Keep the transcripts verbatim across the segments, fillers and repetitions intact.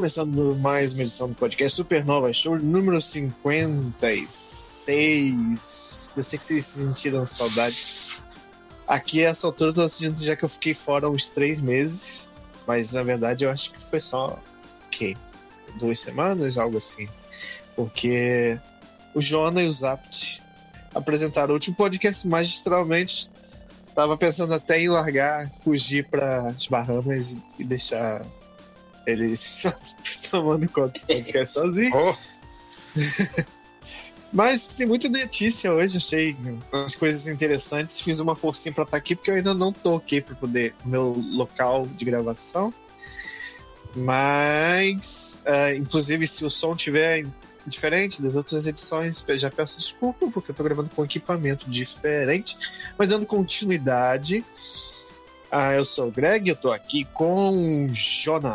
Começando mais uma edição do podcast Supernova Show número cinquenta e seis. Eu sei que vocês sentiram saudade. Aqui, a essa altura, eu tô sentindo já que eu fiquei fora uns três meses. Mas, na verdade, eu acho que foi só, o quê? Duas semanas? Algo assim. Porque o Jonah e o Zapt apresentaram o último podcast magistralmente. Tava pensando até em largar, fugir para as Bahamas e deixar eles tomando conta do podcast sozinho. Oh. Mas tem muita notícia hoje, achei umas coisas interessantes. Fiz uma forcinha pra estar aqui, porque eu ainda não tô aqui para poder meu local de gravação. Mas, uh, inclusive, se o som tiver diferente das outras edições, eu já peço desculpa, porque eu tô gravando com equipamento diferente. Mas dando continuidade, uh, eu sou o Greg, eu tô aqui com o Jonah.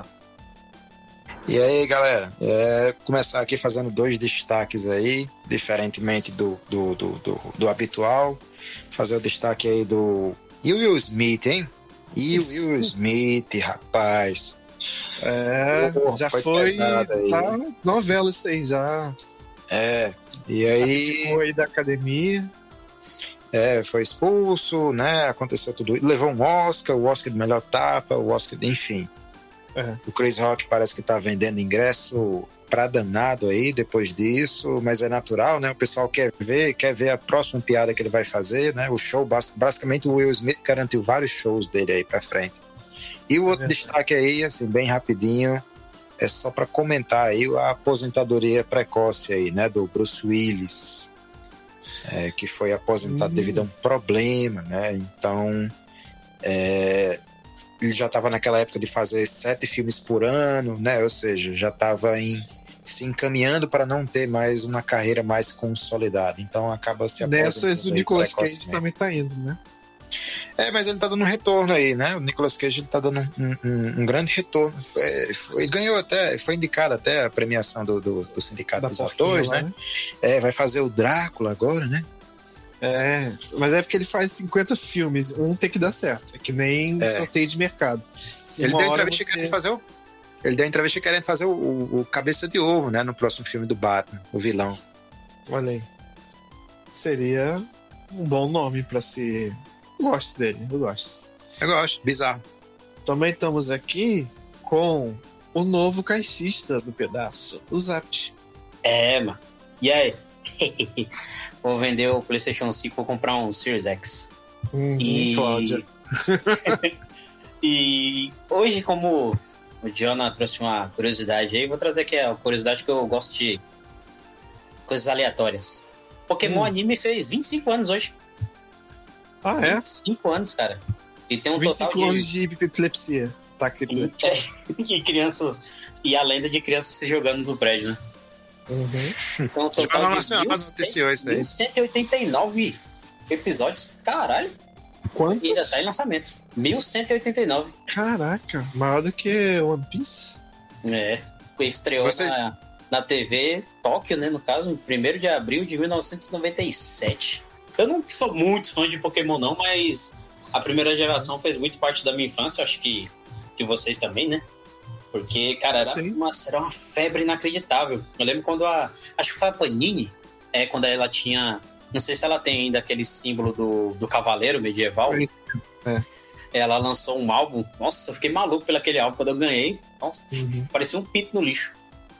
E aí, galera, é, começar aqui fazendo dois destaques aí, diferentemente do, do, do, do, do habitual. Fazer o destaque aí do Will Smith, hein? E o Will Smith, rapaz. É, oh, já foi, foi tá novela isso aí, já. É, e aí... Foi da academia. É, foi expulso, né, aconteceu tudo. Levou um Oscar, o Oscar de melhor tapa, o Oscar, de, enfim... É. O Chris Rock parece que tá vendendo ingresso pra danado aí depois disso, mas é natural, né? O pessoal quer ver, quer ver a próxima piada que ele vai fazer, né? O show, basicamente o Will Smith garantiu vários shows dele aí pra frente. E o outro é. destaque aí, assim, bem rapidinho, é só pra comentar aí a aposentadoria precoce aí, né? Do Bruce Willis, é, que foi aposentado hum. devido a um problema, né? Então, é... ele já estava naquela época de fazer sete filmes por ano, né? Ou seja, já estava em, se encaminhando para não ter mais uma carreira mais consolidada. Então acaba se aposentando. Dessas o Nicolas Cage também está indo, né? É, mas ele está dando um retorno aí, né? O Nicolas Cage está dando um, um, um grande retorno. Foi, foi, ele ganhou até, foi indicado até a premiação do, do, do Sindicato da dos Atores, né? né? É, vai fazer o Drácula agora, né? É, mas é porque ele faz cinquenta filmes, um tem que dar certo. É que nem é. sorteio de mercado. Se ele deu entrevista você... querendo fazer o. Ele deu entrevista querendo fazer o, o, o Cabeça de Ovo, né? No próximo filme do Batman, o vilão. Olha aí. Seria um bom nome pra se. Eu gosto dele, eu gosto. Eu gosto, bizarro. Também estamos aqui com o novo caixista do pedaço, o Zapt. É, mano. E aí? Vou vender o PlayStation cinco, vou comprar um Series X. Hum, e... Cláudia. E hoje, como o Jonah trouxe uma curiosidade aí, vou trazer aqui a curiosidade que eu gosto de coisas aleatórias. Pokémon hum. Anime fez vinte e cinco anos hoje. Ah, é? vinte e cinco anos, cara. E tem um vinte e cinco total anos de... de epilepsia. Tá, e, é, e crianças... E a lenda de crianças se jogando no prédio, né? Uhum. Então, total de mil cento e oitenta e nove episódios. Caralho. Quantos? E ainda tá em lançamento. mil cento e oitenta e nove. Caraca, maior do que One Piece. É. Estreou Você... na, na T V Tóquio, né? No caso, em primeiro de abril de mil novecentos e noventa e sete. Eu não sou muito fã de Pokémon, não, mas a primeira geração fez muito parte da minha infância. Acho que, que vocês também, né? Porque, cara, era uma, era uma febre inacreditável. Eu lembro quando a... Acho que foi a Panini, é, quando ela tinha... Não sei se ela tem ainda aquele símbolo do, do cavaleiro medieval. É. Ela lançou um álbum. Nossa, eu fiquei maluco pelo aquele álbum. Quando eu ganhei, nossa, uhum. parecia um pinto no lixo.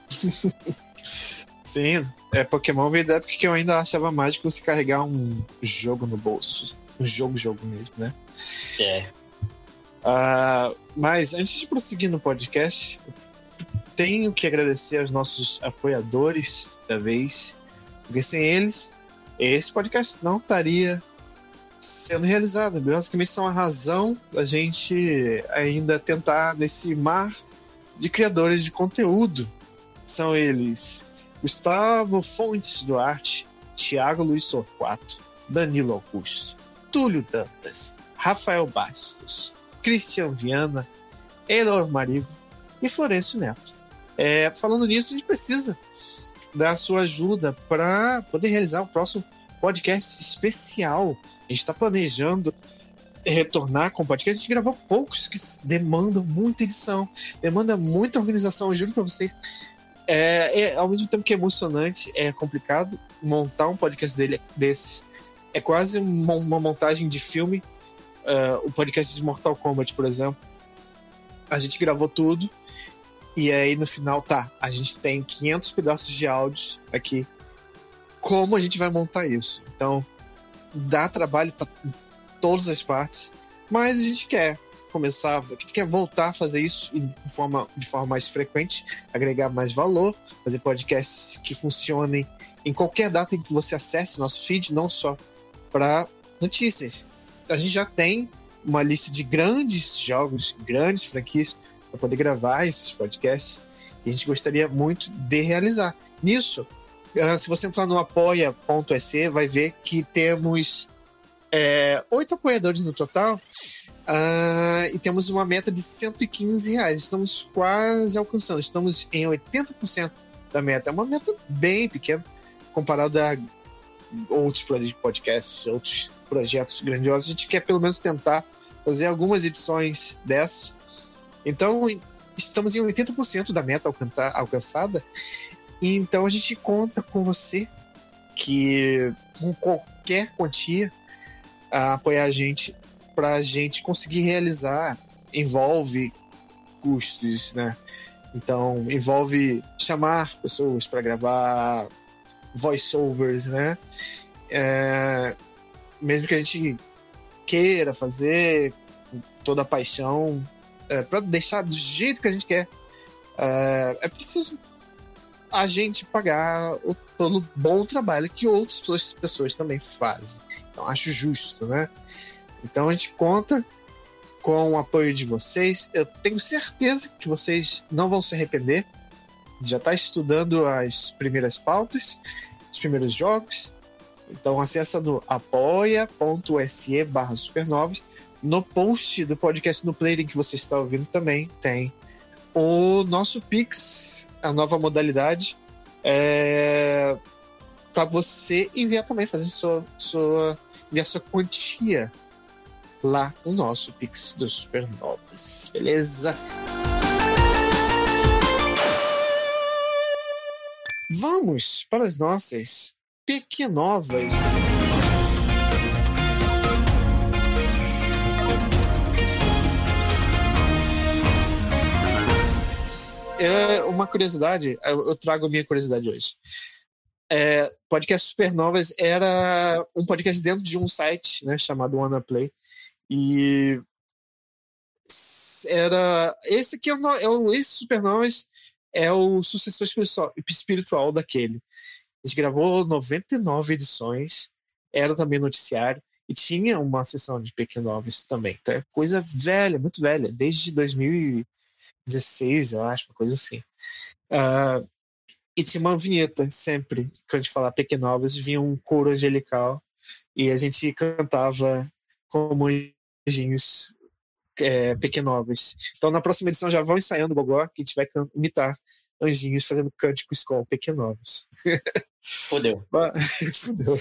Sim, é, Pokémon veio da época que eu ainda achava mágico você carregar um jogo no bolso. Um jogo, jogo mesmo, né? É. Uh, mas antes de prosseguir no podcast, tenho que agradecer aos nossos apoiadores da vez, porque sem eles, esse podcast não estaria sendo realizado. Basicamente são a razão da gente ainda tentar nesse mar de criadores de conteúdo. São eles Gustavo Fontes Duarte, Thiago Luiz Torquato, Danilo Augusto, Túlio Dantas, Rafael Bastos, Cristian Viana, Elor Marigo e Florencio Neto. É, falando nisso, a gente precisa da sua ajuda para poder realizar o próximo podcast especial. A gente está planejando retornar com o podcast. A gente gravou poucos que demandam muita edição, demanda muita organização, eu juro pra vocês. É, é, ao mesmo tempo que é emocionante, é complicado montar um podcast dele, desses. É quase uma, uma montagem de filme. Uh, o podcast de Mortal Kombat, por exemplo. A gente gravou tudo. E aí no final, tá, a gente tem quinhentos pedaços de áudios aqui. Como a gente vai montar isso? Então, dá trabalho para todas as partes, mas a gente quer começar, a gente quer voltar a fazer isso de forma, de forma mais frequente, agregar mais valor, fazer podcasts que funcionem em qualquer data em que você acesse nosso feed, não só para notícias. A gente já tem uma lista de grandes jogos, grandes franquias, para poder gravar esses podcasts, e a gente gostaria muito de realizar. Nisso, se você entrar no apoia ponto se, vai ver que temos é, oito apoiadores no total, uh, e temos uma meta de cento e quinze reais. Estamos quase alcançando, estamos em oitenta por cento da meta. É uma meta bem pequena comparada a outros podcasts, outros projetos grandiosos. A gente quer pelo menos tentar fazer algumas edições dessas. Então, estamos em oitenta por cento da meta alcançada. E então a gente conta com você que, com qualquer quantia, a apoiar a gente para a gente conseguir realizar. Envolve custos, né? Então, envolve chamar pessoas para gravar voiceovers, né? É, mesmo que a gente queira fazer com toda a paixão, é, para deixar do jeito que a gente quer, é, é preciso a gente pagar o, pelo bom trabalho que outras pessoas, pessoas também fazem. Então, acho justo, né? Então, a gente conta com o apoio de vocês. Eu tenho certeza que vocês não vão se arrepender. Já está estudando as primeiras pautas, os primeiros jogos. Então, acessa no apoia ponto se barra supernovas. No post do podcast no player em que você está ouvindo também tem o nosso Pix, a nova modalidade, é, para você enviar também, fazer sua, sua, enviar sua quantia lá no nosso Pix dos Supernovas, beleza? Vamos para as nossas pequenovas. É uma curiosidade, eu trago a minha curiosidade hoje. É, podcast Supernovas era um podcast dentro de um site, né, chamado WannaPlay. E era esse aqui é o, é o esse Supernovas é o sucessor espiritual, espiritual daquele. A gente gravou noventa e nove edições, era também noticiário e tinha uma sessão de Pequenovas também. Então é coisa velha, muito velha, desde dois mil e dezesseis, eu acho, uma coisa assim. Uh, e tinha uma vinheta sempre, quando a gente falava Pequenovas, vinha um coro angelical e a gente cantava como anjinhos é, Pequenovas. Então na próxima edição já vão ensaiando o Gogó, que a gente vai imitar anjinhos fazendo cânticos com Pequenovas. Fudeu. Fudeu.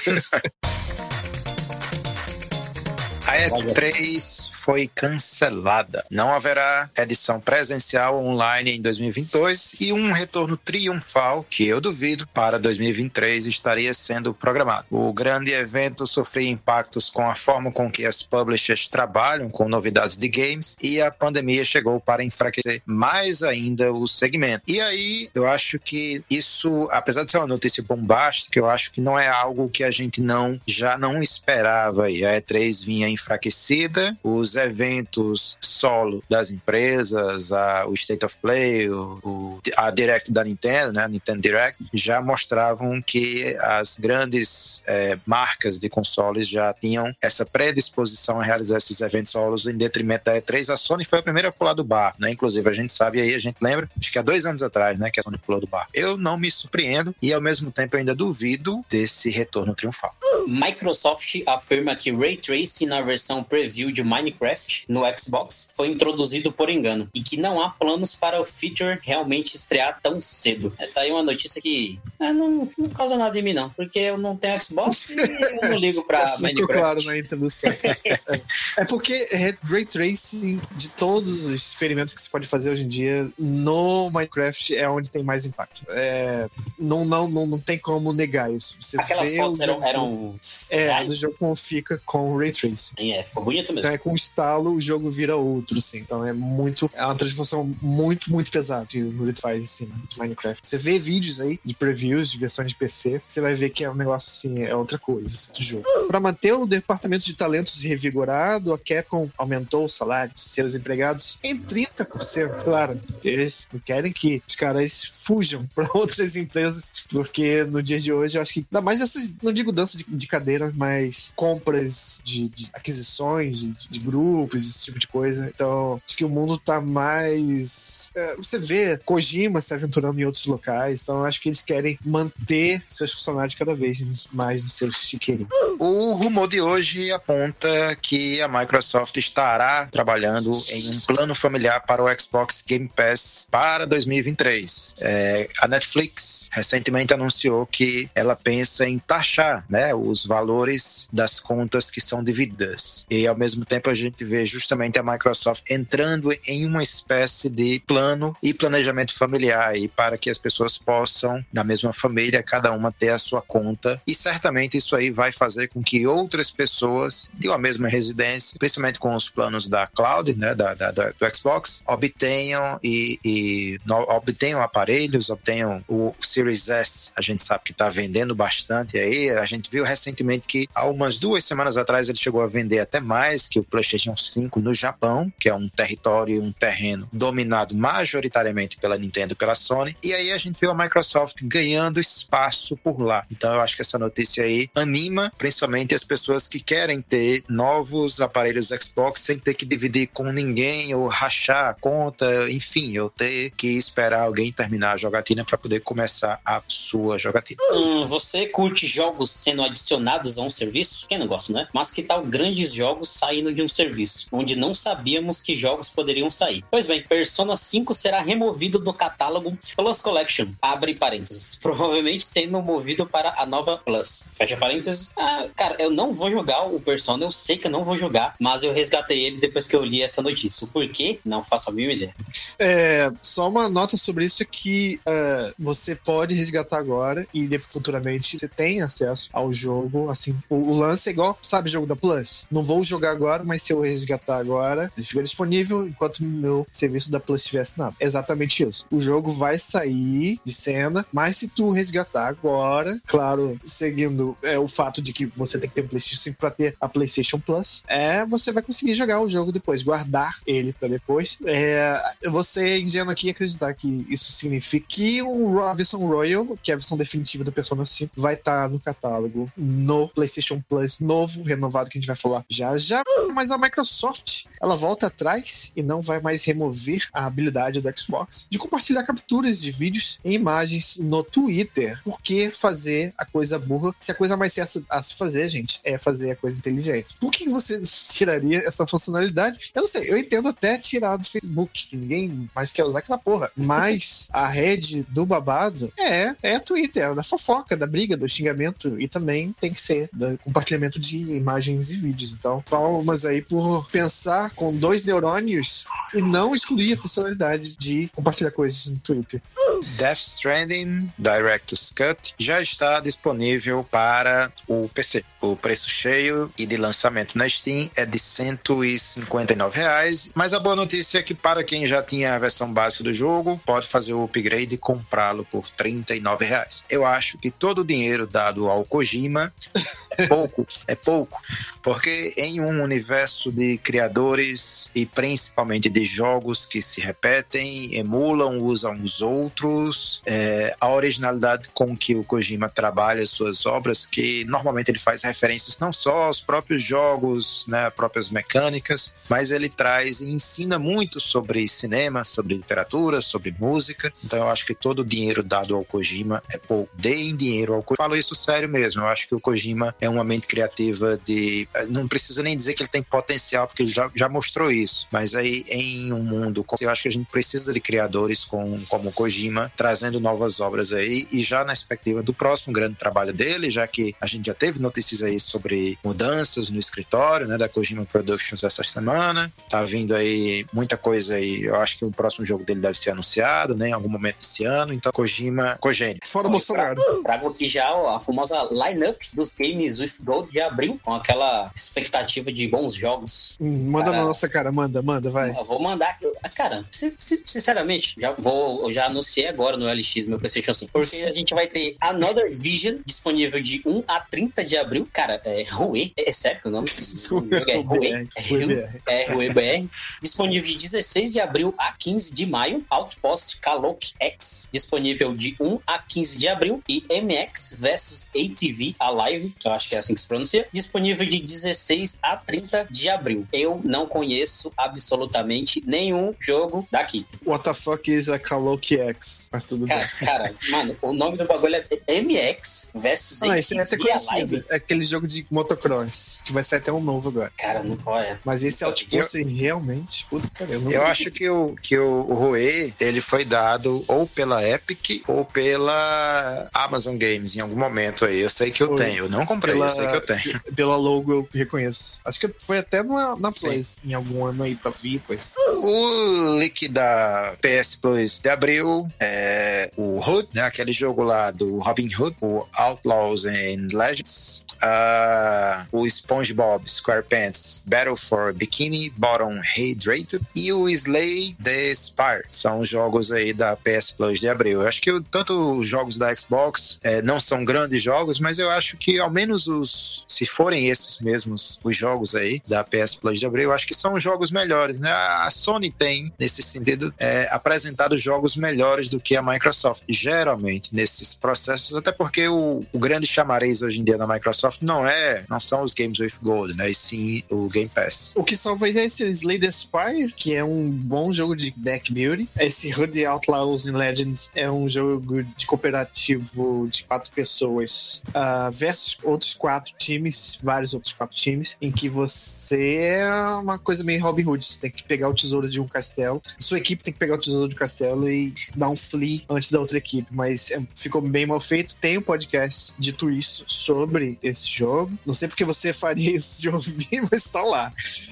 A E três foi cancelada. Não haverá edição presencial online em dois mil e vinte e dois e um retorno triunfal, que eu duvido, para dois mil e vinte e três estaria sendo programado. O grande evento sofreu impactos com a forma com que as publishers trabalham com novidades de games e a pandemia chegou para enfraquecer mais ainda o segmento. E aí, eu acho que isso, apesar de ser uma notícia bombástica, eu acho que não é algo que a gente não, já não esperava. E a E três vinha enfraquecida, os eventos solo das empresas, a, o State of Play, o, o, a Direct da Nintendo, né, a Nintendo Direct, já mostravam que as grandes é, marcas de consoles já tinham essa predisposição a realizar esses eventos solos em detrimento da E três. A Sony foi a primeira a pular do barco, né? Inclusive, a gente sabe aí, a gente lembra, acho que há dois anos atrás, né, que a Sony pulou do barco. Eu não me surpreendo e, ao mesmo tempo, eu ainda duvido desse retorno triunfal. Microsoft afirma que Ray Tracing na versão preview de Minecraft no Xbox foi introduzido por engano e que não há planos para o feature realmente estrear tão cedo. É, tá aí uma notícia que é, não, não causa nada em mim não, porque eu não tenho Xbox e eu não ligo pra Minecraft. Claro na introdução. É porque Ray Tracing, de todos os experimentos que se pode fazer hoje em dia, no Minecraft é onde tem mais impacto. É, não, não, não, não tem como negar isso. Você Aquelas vê fotos o jogo, eram, eram... É, o jogo como fica com o Ray Tracing. É, ficou bonito mesmo. Então é com estalo, o jogo vira outro, assim. Então é muito... É uma transformação muito, muito pesada que o Nuri faz, assim, de Minecraft. Você vê vídeos aí de previews de versões de P C, você vai ver que é um negócio, assim, é outra coisa, assim, do jogo. Pra manter o departamento de talentos revigorado, a Capcom aumentou o salário de seus empregados em trinta por cento. Claro, eles querem que os caras fujam para outras empresas, porque no dia de hoje eu acho que, ainda mais essas, não digo dança de, de cadeira, mas compras de, de aquisições de, de grupos, esse tipo de coisa. Então, acho que o mundo tá mais... É, você vê Kojima se aventurando em outros locais, então acho que eles querem manter seus funcionários cada vez mais nos seus chiqueirinhos. O rumor de hoje aponta que a Microsoft estará trabalhando em um plano familiar para o Xbox Game Pass para dois mil e vinte e três. É, a Netflix recentemente anunciou que ela pensa em taxar, né, os valores das contas que são divididas. E ao mesmo tempo a gente vê justamente a Microsoft entrando em uma espécie de plano e planejamento familiar aí, para que as pessoas possam, na mesma família, cada uma ter a sua conta. E certamente isso aí vai fazer com que outras pessoas de uma mesma residência, principalmente com os planos da cloud, né, da, da, da, do Xbox, obtenham e, e no, obtenham aparelhos, obtenham o Series S. A gente sabe que está vendendo bastante aí. A gente viu recentemente que há umas duas semanas atrás ele chegou a vender até mais que o PlayStation cinco no Japão, que é um território, um terreno dominado majoritariamente pela Nintendo e pela Sony. E aí a gente viu a Microsoft ganhando espaço por lá. Então eu acho que essa notícia aí anima principalmente as pessoas que querem ter novos aparelhos Xbox sem ter que dividir com ninguém ou rachar a conta, enfim, ou ter que esperar alguém terminar a jogatina para poder começar a sua jogatina. Hum, você curte jogos sendo adicionados a um serviço? Quem não gosta, né? Mas que tal grandes jogos saindo de um serviço, onde não sabíamos que jogos poderiam sair? Pois bem, Persona cinco será removido do catálogo Plus Collection, abre parênteses, provavelmente sendo movido para a nova Plus, fecha parênteses. Ah, cara, eu não vou jogar o Persona, eu sei que eu não vou jogar, mas eu resgatei ele depois que eu li essa notícia. O porquê? Não faço a mínima ideia. É, só uma nota sobre isso é que uh, você pode resgatar agora e depois, futuramente você tem acesso ao jogo, assim, o, o lance é igual, sabe, jogo da Plus? Não vou jogar agora, mas se eu resgatar agora, ele fica disponível enquanto o meu serviço da Plus estiver assinado. É exatamente isso. O jogo vai sair de cena, mas se tu resgatar agora, claro, seguindo é, o fato de que você tem que ter um PlayStation cinco pra ter a PlayStation Plus, é, você vai conseguir jogar o jogo depois, guardar ele pra depois. É, você é ingênuo aqui acreditar que isso significa que o, a versão Royal, que é a versão definitiva do Persona cinco, vai estar tá no catálogo no PlayStation Plus novo, renovado, que a gente vai falar já já. Mas a Microsoft, ela volta atrás e não vai mais remover a habilidade do Xbox de compartilhar capturas de vídeos e imagens no Twitter. Por que fazer a coisa burra? Se a coisa mais certa a se fazer, gente, é fazer a coisa inteligente. Por que você tiraria essa funcionalidade? Eu não sei, eu entendo até tirar do Facebook, que ninguém mais quer usar aquela porra. Mas a rede do babado é, é a Twitter, é da fofoca, da briga, do xingamento, e também tem que ser do compartilhamento de imagens e vídeos. Então, palmas aí por pensar com dois neurônios e não excluir a funcionalidade de compartilhar coisas no Twitter. Death Stranding Director's Cut já está disponível para o P C. O preço cheio e de lançamento na Steam é de cento e cinquenta e nove reais, mas a boa notícia é que para quem já tinha a versão básica do jogo, pode fazer o upgrade e comprá-lo por trinta e nove reais. Eu acho que todo o dinheiro dado ao Kojima é pouco, é pouco, porque em um universo de criadores e principalmente de jogos que se repetem, emulam, usam os outros, é, a originalidade com que o Kojima trabalha suas obras, que normalmente ele faz referência referências não só aos próprios jogos, né, próprias mecânicas, mas ele traz e ensina muito sobre cinema, sobre literatura, sobre música. Então eu acho que todo o dinheiro dado ao Kojima é pouco. Deem dinheiro ao Kojima. Falo isso sério mesmo. Eu acho que o Kojima é uma mente criativa de... Não preciso nem dizer que ele tem potencial, porque ele já, já mostrou isso. Mas aí, em um mundo... Eu acho que a gente precisa de criadores com, como o Kojima, trazendo novas obras aí, e já na expectativa do próximo grande trabalho dele, já que a gente já teve notícias aí sobre mudanças no escritório, né, da Kojima Productions essa semana. Tá vindo aí muita coisa aí. Eu acho que o próximo jogo dele deve ser anunciado, né, em algum momento desse ano. Então, Kojima, Kojene. Fora o Bolsonaro. Trago, trago aqui já a famosa line-up dos Games with Gold de abril, com aquela expectativa de bons jogos. Hum, manda cara, na nossa cara, manda, manda, vai. Eu vou mandar. Cara, sinceramente, já vou, eu já anunciei agora no L X, meu PlayStation cinco, porque a gente vai ter Another Vision disponível de um a trinta de abril. Cara, é Rue, é, é sério o nome? É Rue, é Rue B R. Disponível de dezesseis de abril a quinze de maio. Outpost Kalok X, disponível de um a quinze de abril. E M X versus A T V Alive, que eu acho que é assim que se pronuncia, disponível de dezesseis a trinta de abril. Eu não conheço absolutamente nenhum jogo daqui. What the fuck is a Kalok X? Mas tudo cara, bem. Cara, mano, o nome do bagulho é M X versus ah, A esse T V é até conhecido. Alive. É aquele jogo de motocross, que vai sair até um novo agora. Cara, não pode. Mas esse Outpost eu... realmente... Puta, cara, eu não eu acho que o, que o Rue, ele foi dado ou pela Epic ou pela Amazon Games em algum momento aí. Eu sei que eu foi. tenho. Eu não comprei, pela, eu sei que eu tenho. Pela logo eu reconheço. Acho que foi até na, na Play em algum ano aí pra vir, pois. O leak da P S Plus de abril é o Hood, né? Aquele jogo lá do Robin Hood, o Outlaws and Legends. Uh, o SpongeBob SquarePants Battle for Bikini Bottom Hydrated e o Slay the Spire. São jogos aí da P S Plus de abril. Eu acho que tanto os jogos da Xbox é, não são grandes jogos, mas eu acho que ao menos os, se forem esses mesmos os jogos aí da P S Plus de abril, eu acho que são jogos melhores, né? A Sony tem, nesse sentido, é, apresentado jogos melhores do que a Microsoft, geralmente, nesses processos, até porque o, o grande chamariz hoje em dia da Microsoft não é, não são os Games with Gold, né? E sim o Game Pass. O que salva é esse Slay the Spire, que é um bom jogo de deck building. Esse Hood Outlaws and Legends é um jogo de cooperativo de quatro pessoas uh, versus outros quatro times, vários outros quatro times, em que você é uma coisa meio Robin Hood. Você tem que pegar o tesouro de um castelo. A sua equipe tem que pegar o tesouro do castelo e dar um flee antes da outra equipe. Mas é, ficou bem mal feito. Tem um podcast dito isso sobre esse jogo. Não sei porque você faria esse jogo vir, mas tá lá.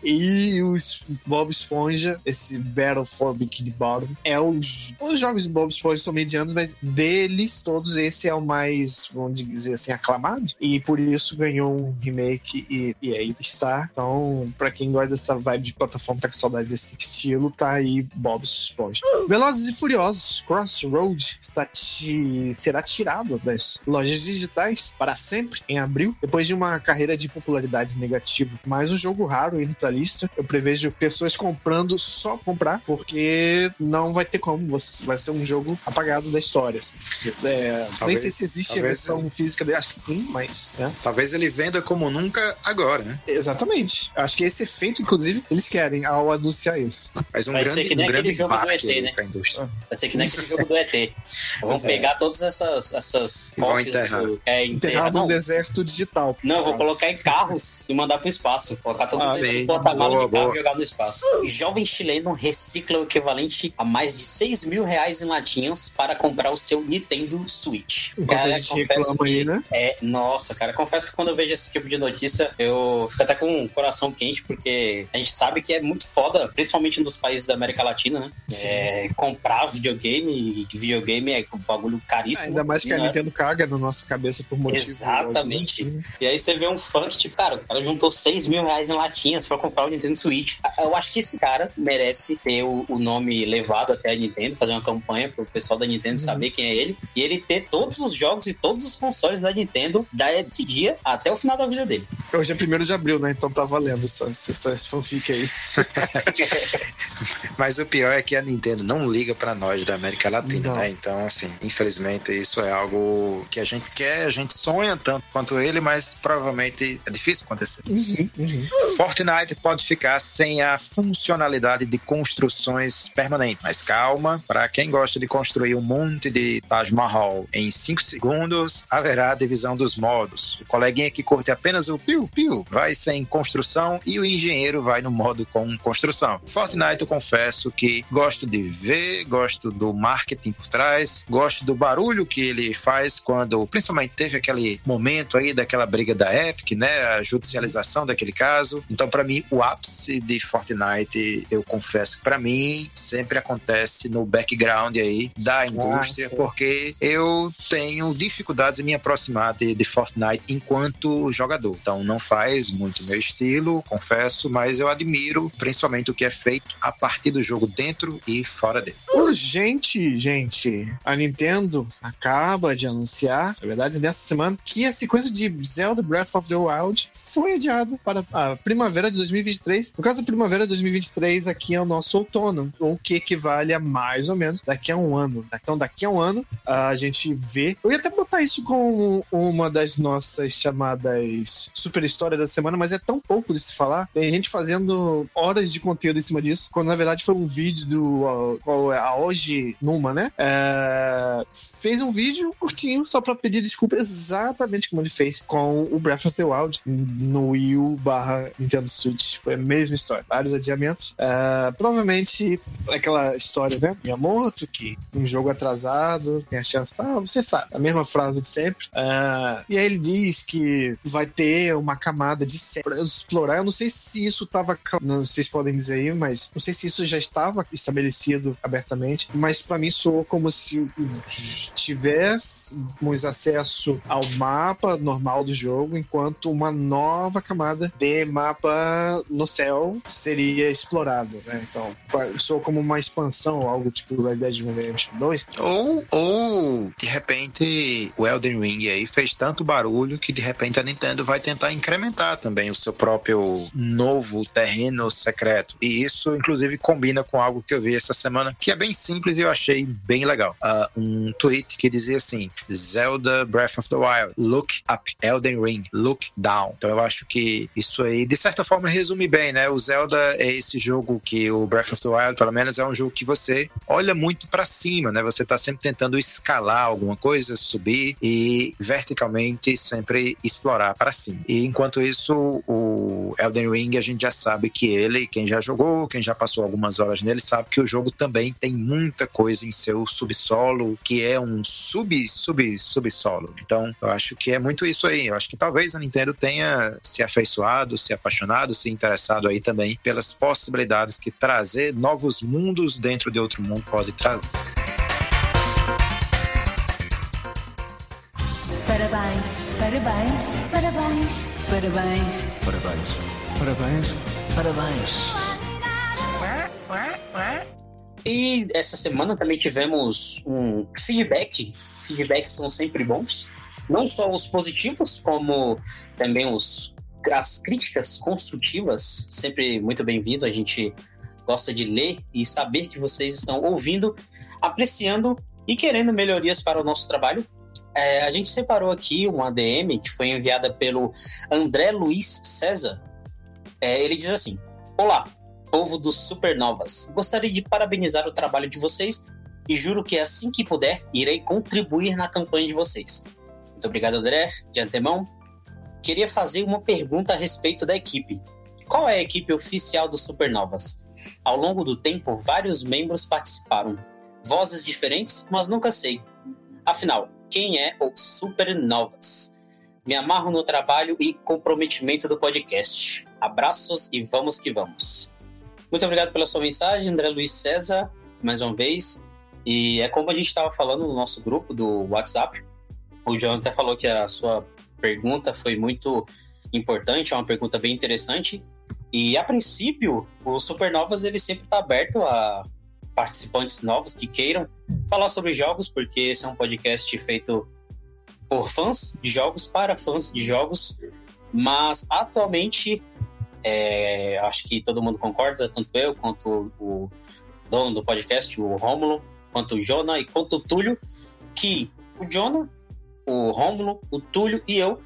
E os Bob Esponja, esse Battle for Bikini Bottom, é os, os jogos de Bob Esponja são medianos, mas deles todos esse é o mais, vamos dizer assim, aclamado. E por isso ganhou um remake e, e aí está. Então, pra quem gosta dessa vibe de plataforma, tá com saudade desse estilo, tá aí Bob Esponja. Velozes e Furiosos Crossroad está ti, será tirado das lojas digitais para sempre em abril, depois de uma carreira de popularidade negativa. Mas um jogo raro indo pra lista. Eu prevejo pessoas comprando só comprar, porque não vai ter como. Você, vai ser um jogo apagado da história. Assim. É, talvez, nem sei se existe a versão ele... física dele, acho que sim, mas... Né? Talvez ele venda como nunca agora, né? Exatamente. Acho que esse efeito, inclusive, eles querem ao anunciar isso. Mas um vai grande, ser que nem um grande aquele jogo do E T, né? Vai ser que nem aquele jogo do E T. Vão pegar é. todas essas, essas vão enterrar. Do, é, enterrar no deserto digital. Não, eu vou colocar em carros e mandar pro espaço. Colocar todo mundo em porta-malas de carro e jogar no espaço. Jovem chileno recicla o equivalente a mais de seis mil reais em latinhas para comprar o seu Nintendo Switch. Enquanto cara, a gente reclama aí, né? É, nossa, cara, confesso que quando eu vejo esse tipo de notícia, eu fico até com o coração quente, porque a gente sabe que é muito foda, principalmente nos países da América Latina, né? É, comprar videogame, e videogame é um bagulho caríssimo. Ainda mais que a Nintendo caga na nossa cabeça por motivo. Exatamente. Algum, né? E aí você vê um fã que, tipo, cara, o cara juntou seis mil reais em latinhas pra comprar o Nintendo Switch. Eu acho que esse cara merece ter o, o nome levado até a Nintendo, fazer uma campanha pro pessoal da Nintendo uhum. saber quem é ele, e ele ter todos os jogos e todos os consoles da Nintendo desse dia até o final da vida dele. Hoje é primeiro de abril, né? Então tá valendo essa, essa, essa fanfic aí. Mas o pior é que a Nintendo não liga pra nós da América Latina, não. né? Então, assim, infelizmente isso é algo que a gente quer, a gente sonha tanto quanto ele, mas provavelmente é difícil acontecer. Uhum, uhum. Fortnite pode ficar sem a funcionalidade de construções permanentes, mas calma, para quem gosta de construir um monte de Taj Mahal em cinco segundos, haverá a divisão dos modos. O coleguinha que curte apenas o piu-piu vai sem construção e o engenheiro vai no modo com construção. Fortnite, eu confesso que gosto de ver, gosto do marketing por trás, gosto do barulho que ele faz quando, principalmente, teve aquele momento aí daquela briga da Epic, né, a judicialização daquele caso. Então, para mim, o ápice de Fortnite, eu confesso que para mim sempre acontece no background aí da indústria, Nossa. porque eu tenho dificuldades em me aproximar de, de Fortnite enquanto jogador. Então, não faz muito meu estilo, confesso, mas eu admiro principalmente o que é feito a partir do jogo dentro e fora dele. Urgente, gente! A Nintendo acaba de anunciar, na verdade, nessa semana, que a sequência de Zelda Breath of the Wild foi adiada para a primavera de dois mil e vinte e três. No caso da primavera de dois mil e vinte e três, aqui é o nosso outono, o que equivale a mais ou menos daqui a um ano. Então, daqui a um ano, a gente vê... Eu ia até botar isso como uma das nossas chamadas super histórias da semana, mas é tão pouco de se falar. Tem gente fazendo horas de conteúdo em cima disso, quando na verdade foi um vídeo do... qual é? A Hoje Numa, né? É, fez um vídeo curtinho só pra pedir desculpa exatamente como ele fez com o Breath of the Wild no Wii U barra Nintendo Switch. Foi a mesma história. Vários adiamentos. É, provavelmente aquela história, né? Miyamoto, que um jogo atrasado tem a chance, tá? Você sabe. A mesma frase de sempre. É, e aí ele diz que vai ter uma camada de série pra explorar. Eu não sei se isso tava... Não sei se vocês podem dizer aí, mas não sei se isso já estava estabelecido abertamente, mas pra mim soou como se tivéssemos acesso ao mapa normal do jogo, enquanto uma nova camada de mapa no céu seria explorado, né? Então, soou como uma expansão, algo tipo Red Dead Redemption dois. Ou, ou, de repente, o Elden Ring aí fez tanto barulho que, de repente, a Nintendo vai tentar incrementar também o seu próprio novo terreno secreto. E isso, inclusive, combina com algo que eu vi essa semana, que é bem simples e eu achei bem legal. Uh, um tweet que dizia assim: Zelda Breath of the Wild, look up. Elden Ring, look down. Então eu acho que isso aí, de certa forma, resume bem, né? O Zelda é esse jogo que o Breath of the Wild, pelo menos, é um jogo que você olha muito pra cima, né? Você tá sempre tentando escalar alguma coisa, subir e verticalmente sempre explorar para cima. E enquanto isso, o Elden Ring, a gente já sabe que ele, quem já jogou, quem já passou algumas horas nele, sabe que o jogo também tem muita coisa em seu subsolo, que é um sub, sub, subsolo. Então, eu acho que é muito isso aí. Eu acho que talvez a Nintendo tenha se afeiçoado, se apaixonado, se interessado aí também pelas possibilidades que trazer novos mundos dentro de outro mundo pode trazer. Parabéns, parabéns, parabéns, parabéns, parabéns, parabéns, parabéns. E essa semana também tivemos um feedback. Feedbacks são sempre bons. Não só os positivos, como também os, as críticas construtivas. Sempre muito bem-vindo. A gente gosta de ler e saber que vocês estão ouvindo, apreciando e querendo melhorias para o nosso trabalho. É, a gente separou aqui uma A D M que foi enviada pelo André Luiz César. É, ele diz assim: olá, povo dos Supernovas. Gostaria de parabenizar o trabalho de vocês e juro que assim que puder, irei contribuir na campanha de vocês. Muito obrigado, André, de antemão. Queria fazer uma pergunta a respeito da equipe. Qual é a equipe oficial dos Supernovas? Ao longo do tempo, vários membros participaram. Vozes diferentes, mas nunca sei. Afinal, quem é o Supernovas? Me amarro no trabalho e comprometimento do podcast. Abraços e vamos que vamos. Muito obrigado pela sua mensagem, André Luiz César, mais uma vez. E é como a gente estava falando no nosso grupo do WhatsApp. O John até falou que a sua pergunta foi muito importante, é uma pergunta bem interessante. E, a princípio, o Supernovas ele sempre está aberto a participantes novos que queiram falar sobre jogos, porque esse é um podcast feito por fãs de jogos, para fãs de jogos. Mas, atualmente, é, acho que todo mundo concorda, tanto eu quanto o dono do podcast, o Rômulo, quanto o Jonah e quanto o Túlio, que o Jonah, o Rômulo, o Túlio e eu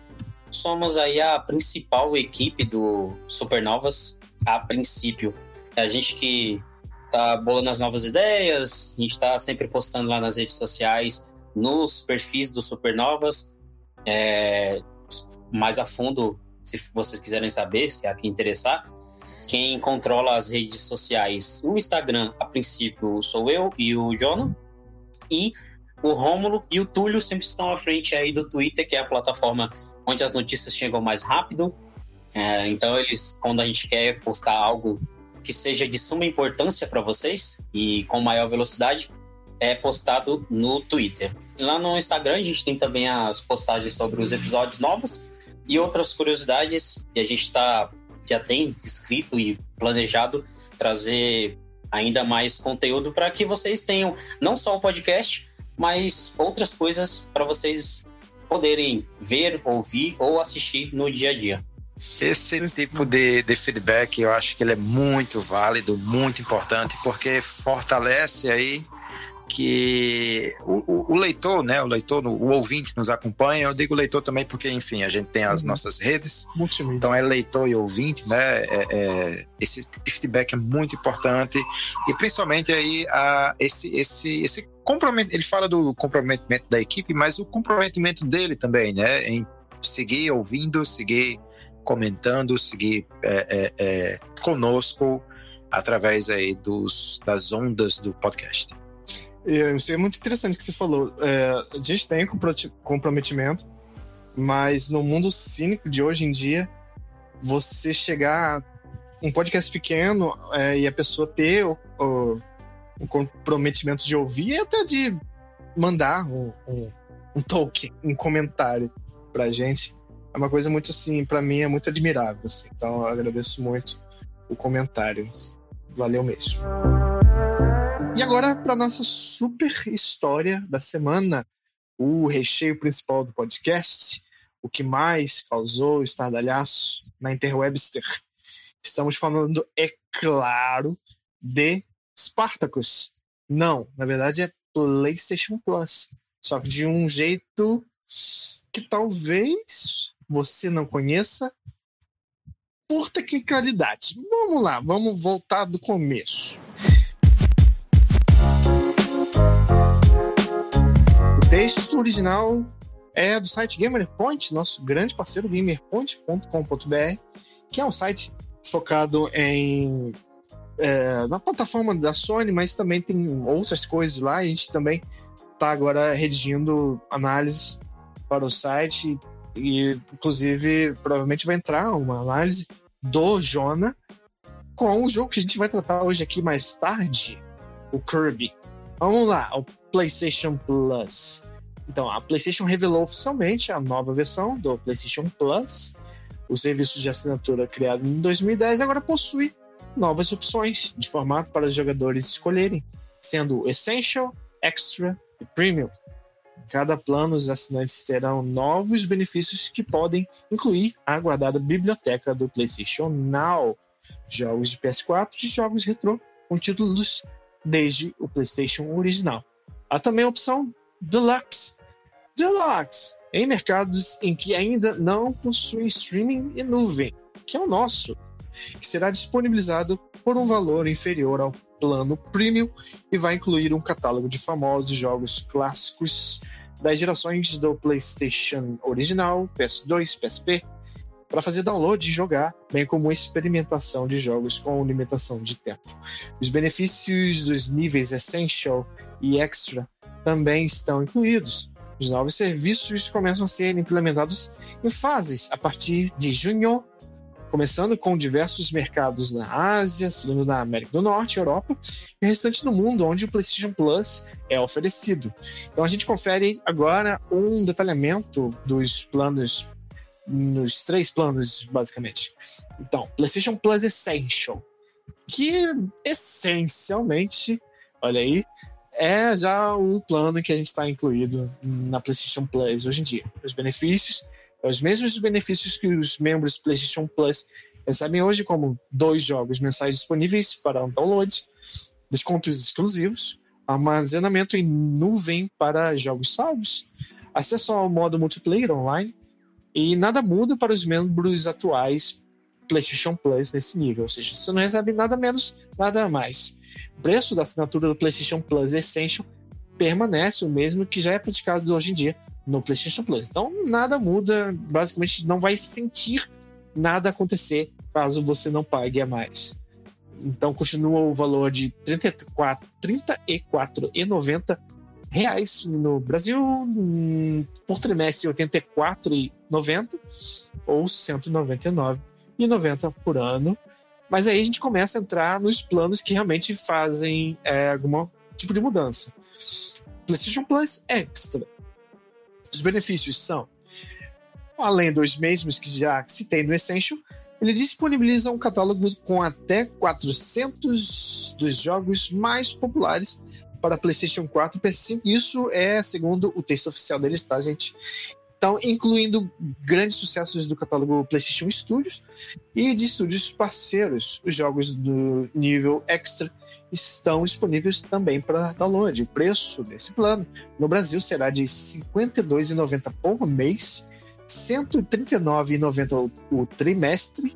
somos aí a principal equipe do Supernovas, a princípio. É a gente que tá bolando as novas ideias, a gente tá sempre postando lá nas redes sociais, nos perfis do Supernovas, é, mais a fundo, se vocês quiserem saber, se há quem interessar. Quem controla as redes sociais, o Instagram, a princípio, sou eu e o Jonah, e o Rômulo e o Túlio sempre estão à frente aí do Twitter, que é a plataforma onde as notícias chegam mais rápido. É, então, eles, quando a gente quer postar algo que seja de suma importância para vocês e com maior velocidade, é postado no Twitter. Lá no Instagram, a gente tem também as postagens sobre os episódios novos e outras curiosidades, e a gente tá, já tem escrito e planejado trazer ainda mais conteúdo para que vocês tenham não só o podcast, mas outras coisas para vocês poderem ver, ouvir ou assistir no dia a dia. Esse tipo de, de feedback eu acho que ele é muito válido, muito importante, porque fortalece aí que o, o, o leitor, né, o leitor, o ouvinte nos acompanha. Eu digo leitor também porque, enfim, a gente tem as uhum. nossas redes, multimídia. Então é leitor e ouvinte, né, é, é, esse feedback é muito importante, e principalmente aí a, esse, esse, esse comprometimento. Ele fala do comprometimento da equipe, mas o comprometimento dele também, né, em seguir ouvindo, seguir comentando, seguir é, é, é, conosco através aí dos, das ondas do podcast. Isso é muito interessante que você falou. É, a gente tem comprometimento, mas no mundo cínico de hoje em dia, você chegar a um podcast pequeno é, e a pessoa ter o, o, o comprometimento de ouvir e até de mandar um, um, um token, um comentário pra gente, é uma coisa muito assim, pra mim é muito admirável. Assim. Então eu agradeço muito o comentário. Valeu mesmo. E agora, para nossa super história da semana, o recheio principal do podcast, o que mais causou estardalhaço na Interwebster. Estamos falando, é claro, de Spartacus. Não, na verdade é PlayStation Plus. Só que de um jeito que talvez você não conheça por tecnicalidade. Vamos lá, vamos voltar do começo. O texto original é do site GamerPoint, nosso grande parceiro, gamerpoint ponto com ponto b r, que é um site focado em é, na plataforma da Sony, mas também tem outras coisas lá. A gente também está agora redigindo análises para o site e, inclusive, provavelmente vai entrar uma análise do Jonah com o jogo que a gente vai tratar hoje aqui mais tarde, o Kirby. Vamos lá, o PlayStation Plus. Então, a PlayStation revelou oficialmente a nova versão do PlayStation Plus. O serviço de assinatura criado em dois mil e dez agora possui novas opções de formato para os jogadores escolherem, sendo Essential, Extra e Premium. Em cada plano, os assinantes terão novos benefícios que podem incluir a aguardada biblioteca do PlayStation Now, jogos de P S quatro e jogos retrô com títulos desde o PlayStation original. Há também a opção Deluxe, Deluxe em mercados em que ainda não possuem streaming e nuvem, que é o nosso, que será disponibilizado por um valor inferior ao plano Premium e vai incluir um catálogo de famosos jogos clássicos das gerações do PlayStation original, P S dois, P S P, para fazer download e jogar, bem como experimentação de jogos com limitação de tempo. Os benefícios dos níveis Essential e Extra também estão incluídos. Os novos serviços começam a ser implementados em fases a partir de junho, começando com diversos mercados na Ásia, seguindo na América do Norte, Europa e o restante do mundo, onde o PlayStation Plus é oferecido. Então a gente confere agora um detalhamento dos planos, nos três planos, basicamente. Então, PlayStation Plus Essential, que essencialmente, olha aí, é já um plano que a gente está incluído na PlayStation Plus hoje em dia. Os benefícios, os mesmos benefícios que os membros do PlayStation Plus recebem hoje, como dois jogos mensais disponíveis para download, descontos exclusivos, armazenamento em nuvem para jogos salvos, acesso ao modo multiplayer online E nada muda para os membros atuais PlayStation Plus nesse nível, ou seja, você não recebe nada menos, nada mais. O preço da assinatura do PlayStation Plus Essential permanece o mesmo que já é praticado hoje em dia no PlayStation Plus. Então, nada muda, basicamente não vai sentir nada acontecer caso você não pague a mais. Então, continua o valor de trinta e quatro reais e noventa centavos no Brasil, por trimestre oitenta e quatro reais e noventa centavos ou cento e noventa e nove reais e noventa centavos por ano. Mas aí a gente começa a entrar nos planos que realmente fazem é, algum tipo de mudança. PlayStation Plus Extra. Os benefícios são, além dos mesmos que já citei no Essential, ele disponibiliza um catálogo com até quatrocentos dos jogos mais populares para PlayStation quatro e P S cinco. Isso é segundo o texto oficial deles, tá, gente? Então, incluindo grandes sucessos do catálogo PlayStation Studios e de estúdios parceiros. Os jogos do nível Extra estão disponíveis também para download. O preço desse plano no Brasil será de cinquenta e dois reais e noventa centavos por mês, cento e trinta e nove reais e noventa centavos o trimestre,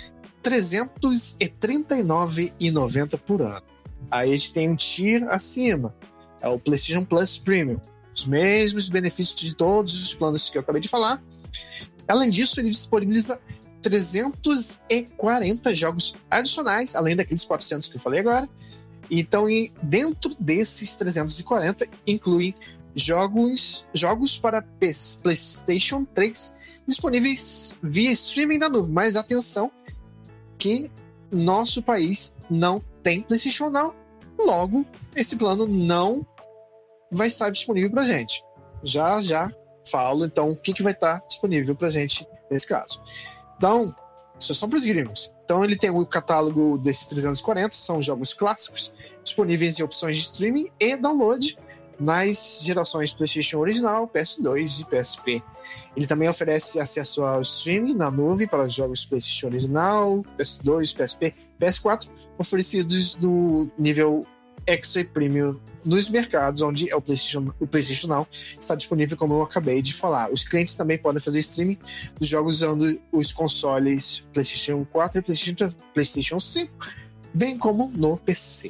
trezentos e trinta e nove reais e noventa centavos por ano. Aí a gente tem um tier acima, é o PlayStation Plus Premium. Os mesmos benefícios de todos os planos que eu acabei de falar. Além disso, ele disponibiliza trezentos e quarenta jogos adicionais, além daqueles quatrocentos que eu falei agora. Então, dentro desses trezentos e quarenta, incluem jogos, jogos para PlayStation três disponíveis via streaming da nuvem. Mas atenção, que nosso país não tem PlayStation Now. Logo, esse plano não vai estar disponível para gente. Já, já falo, então, o que, que vai estar disponível para gente nesse caso. Então, isso é só para os gringos. Então, ele tem o catálogo desses trezentos e quarenta, são jogos clássicos, disponíveis em opções de streaming e download nas gerações PlayStation original, P S dois e P S P. Ele também oferece acesso ao streaming na nuvem para os jogos PlayStation original, P S dois, P S P, P S quatro, oferecidos no nível Extra e Premium nos mercados onde é o PlayStation, o PlayStation Now está disponível, como eu acabei de falar. Os clientes também podem fazer streaming dos jogos usando os consoles PlayStation quatro e PlayStation, PlayStation cinco, bem como no P C.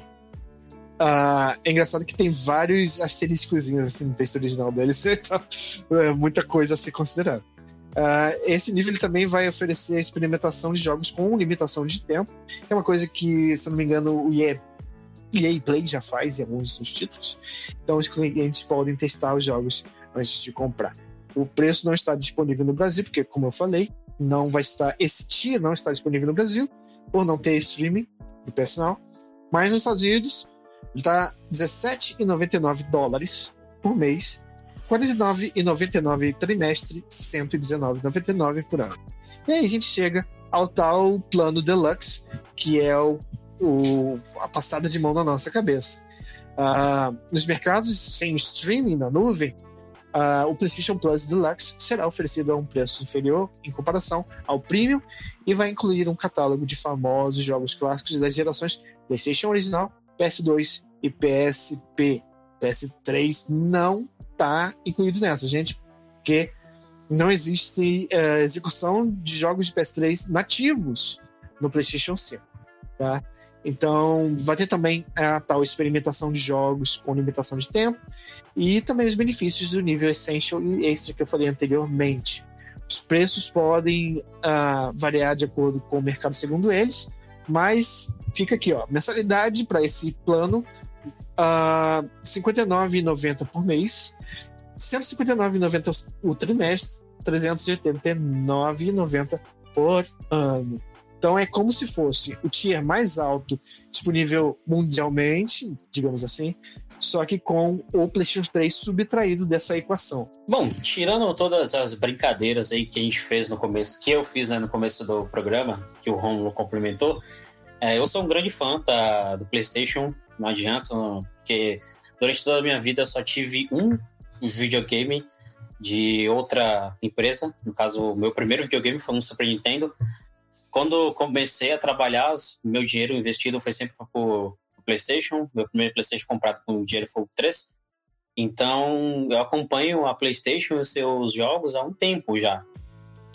Uh, é engraçado que tem vários asteriscozinhos assim, no texto original deles, então é muita coisa a ser considerada. Uh, esse nível ele também vai oferecer a experimentação de jogos com limitação de tempo, que é uma coisa que, se não me engano, o E A E A Play já faz em alguns dos títulos. Então os clientes podem testar os jogos antes de comprar. O preço não está disponível no Brasil, porque, como eu falei, não vai estar, esse tier não está disponível no Brasil, por não ter streaming do P S Now. Mas nos Estados Unidos ele está dezessete reais e noventa e nove dólares por mês, quarenta e nove reais e noventa e nove trimestre, cento e dezenove reais e noventa e nove por ano. E aí a gente chega ao tal plano Deluxe, que é o O, a passada de mão na nossa cabeça. Uh, nos mercados sem streaming na nuvem, uh, o PlayStation Plus Deluxe será oferecido a um preço inferior em comparação ao Premium e vai incluir um catálogo de famosos jogos clássicos das gerações PlayStation original, P S dois e P S P. P S três não está incluído nessa, gente, porque não existe uh, execução de jogos de P S três nativos no PlayStation cinco, tá? Então, vai ter também a tal experimentação de jogos com limitação de tempo e também os benefícios do nível Essential e Extra que eu falei anteriormente. Os preços podem uh, variar de acordo com o mercado segundo eles, mas fica aqui, ó, mensalidade para esse plano, uh, cinquenta e nove reais e noventa centavos por mês, cento e cinquenta e nove reais e noventa centavos o trimestre, trezentos e oitenta e nove reais e noventa centavos por ano. Então é como se fosse o tier mais alto disponível mundialmente, digamos assim, só que com o PlayStation três subtraído dessa equação. Bom, tirando todas as brincadeiras aí que a gente fez no começo, que eu fiz, né, no começo do programa, que o Romulo complementou, é, eu sou um grande fã da, do PlayStation, não adianta, porque durante toda a minha vida eu só tive um videogame de outra empresa. No caso, o meu primeiro videogame foi um Super Nintendo. Quando comecei a trabalhar, meu dinheiro investido foi sempre para o PlayStation. Meu primeiro PlayStation comprado com dinheiro foi o três. Então, eu acompanho a PlayStation e os seus jogos há um tempo já.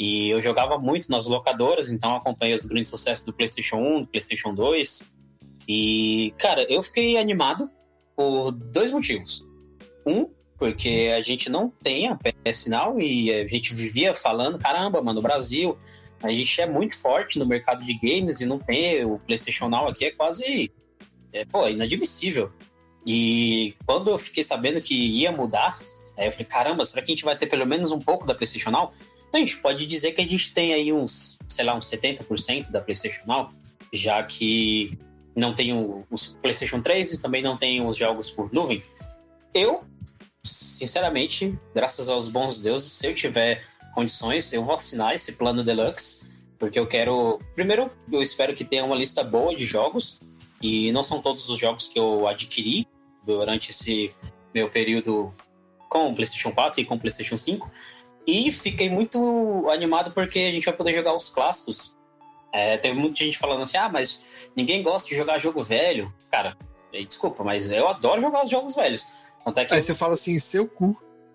E eu jogava muito nas locadoras, então acompanhei os grandes sucessos do PlayStation um, do PlayStation dois. E, cara, eu fiquei animado por dois motivos. Um, porque a gente não tem a P S Now e a gente vivia falando, caramba, mano, o Brasil, a gente é muito forte no mercado de games e não tem o PlayStation Now aqui, é quase, é, pô, inadmissível. E quando eu fiquei sabendo que ia mudar, aí eu falei, caramba, será que a gente vai ter pelo menos um pouco da PlayStation Now? Então, a gente pode dizer que a gente tem aí uns, sei lá, uns setenta por cento da PlayStation Now, já que não tem o, o PlayStation três e também não tem os jogos por nuvem. Eu, sinceramente, graças aos bons deuses, se eu tiver condições, eu vou assinar esse plano Deluxe, porque eu quero... Primeiro, eu espero que tenha uma lista boa de jogos, e não são todos os jogos que eu adquiri durante esse meu período com o PlayStation quatro e com o PlayStation cinco, e fiquei muito animado porque a gente vai poder jogar os clássicos. É, teve muita gente falando assim, ah, mas ninguém gosta de jogar jogo velho. Cara, desculpa, mas eu adoro jogar os jogos velhos. Até que aí eu... você fala assim, seu cu.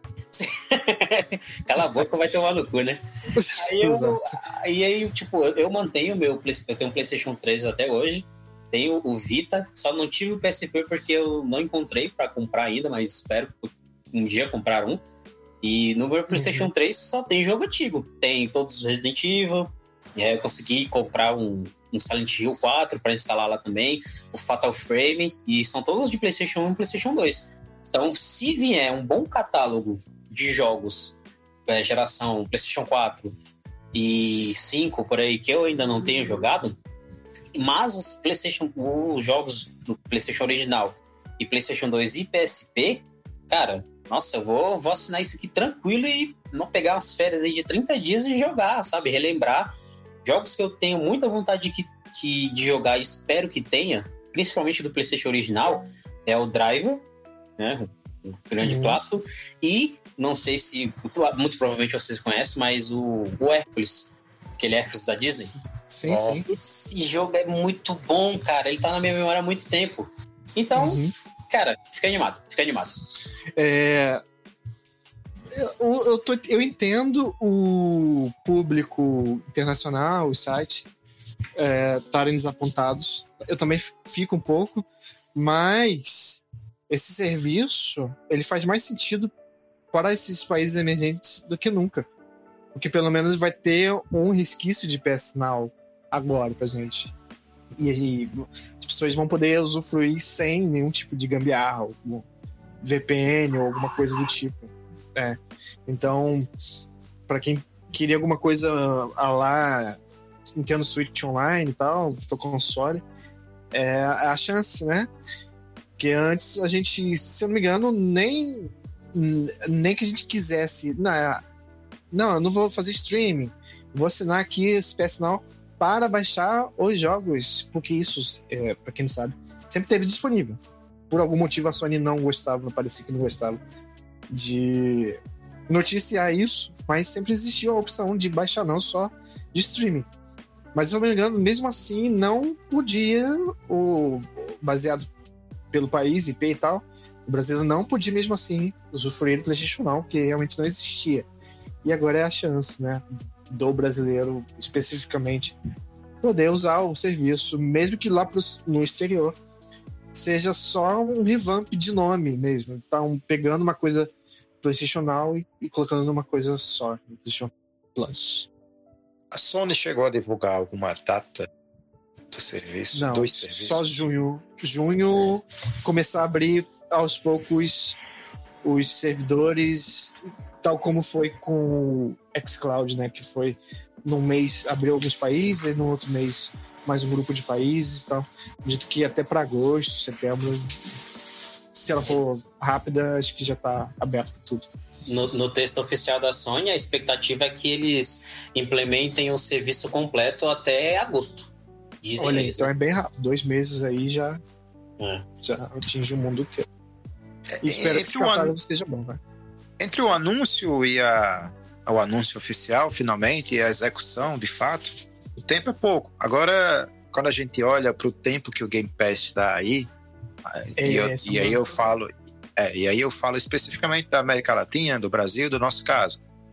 Cala a boca, vai tomar no cu, né? Aí eu, aí, aí, tipo, eu, eu mantenho o meu... Eu tenho um PlayStation três até hoje. Tenho o Vita, só não tive o P S P porque eu não encontrei pra comprar ainda, mas espero um dia comprar um. E no meu PlayStation uhum. três só tem jogo antigo. Tem todos os Resident Evil. E aí eu consegui comprar um, um Silent Hill quatro para instalar lá também. O Fatal Frame. E são todos de PlayStation um e PlayStation dois. Então, se vier um bom catálogo de jogos é, geração PlayStation quatro e cinco, por aí, que eu ainda não tenho jogado, mas os, PlayStation, os jogos do PlayStation original e PlayStation dois e P S P, cara... Nossa, eu vou, vou assinar isso aqui tranquilo e não pegar umas férias aí de trinta dias e jogar, sabe? Relembrar jogos que eu tenho muita vontade de, que, de jogar e espero que tenha, principalmente do PlayStation original, é o Driver, né? Um grande uhum. clássico. E, não sei se, muito provavelmente vocês conhecem, mas o, o Hércules, aquele Hércules da Disney. Sim, oh, sim. Esse jogo é muito bom, cara. Ele tá na minha memória há muito tempo. Então... Uhum. Cara, fica animado, fica animado. É, eu, eu, tô, eu entendo o público internacional, os sites, estarem é, desapontados. Eu também fico um pouco, mas esse serviço ele faz mais sentido para esses países emergentes do que nunca. Porque pelo menos vai ter um resquício de P S Now agora pra gente. E, e as pessoas vão poder usufruir sem nenhum tipo de gambiarra, ou V P N ou alguma coisa do tipo. É. Então, para quem queria alguma coisa a lá Nintendo Switch Online e tal, Virtual Console, é a chance, né? Porque antes a gente, se eu não me engano, nem, nem que a gente quisesse. Não, não, eu não vou fazer streaming, vou assinar aqui esse P S Now para baixar os jogos, porque isso, é, para quem não sabe, sempre teve disponível. Por algum motivo a Sony não gostava, não parecia que não gostava de noticiar isso, mas sempre existiu a opção de baixar não só de streaming. Mas se eu não me engano, mesmo assim, não podia, o, baseado pelo país, I P e tal, o brasileiro não podia mesmo assim usufruir do PlayStation Now, porque realmente não existia. E agora é a chance, né, do brasileiro, especificamente, poder usar o serviço, mesmo que lá pro, no exterior seja só um revamp de nome mesmo. Então, pegando uma coisa PlayStation Now e, e colocando numa coisa só, PlayStation Plus. A Sony chegou a divulgar alguma data do serviço? Não, Dois serviços? Só junho. Junho, é. Começar a abrir aos poucos os servidores, tal como foi com o xCloud, né? Que foi num mês abriu alguns países e no outro mês mais um grupo de países e tal. Acredito que até para agosto, setembro, se ela for rápida, acho que já está aberto para tudo. No, no texto oficial da Sony, a expectativa é que eles implementem o serviço completo até agosto. Dizem Olha, eles, então né? É bem rápido. Dois meses aí já, é. já atinge o mundo inteiro. E espero que esse catálogo an... seja bom, né? Entre o anúncio e a... o anúncio oficial, finalmente, e a execução, de fato, o tempo é pouco. Agora, quando a gente olha para o tempo que o Game Pass dá aí, é, e, eu, e aí eu falo... É, e aí eu falo especificamente da América Latina, do Brasil, do nosso caso.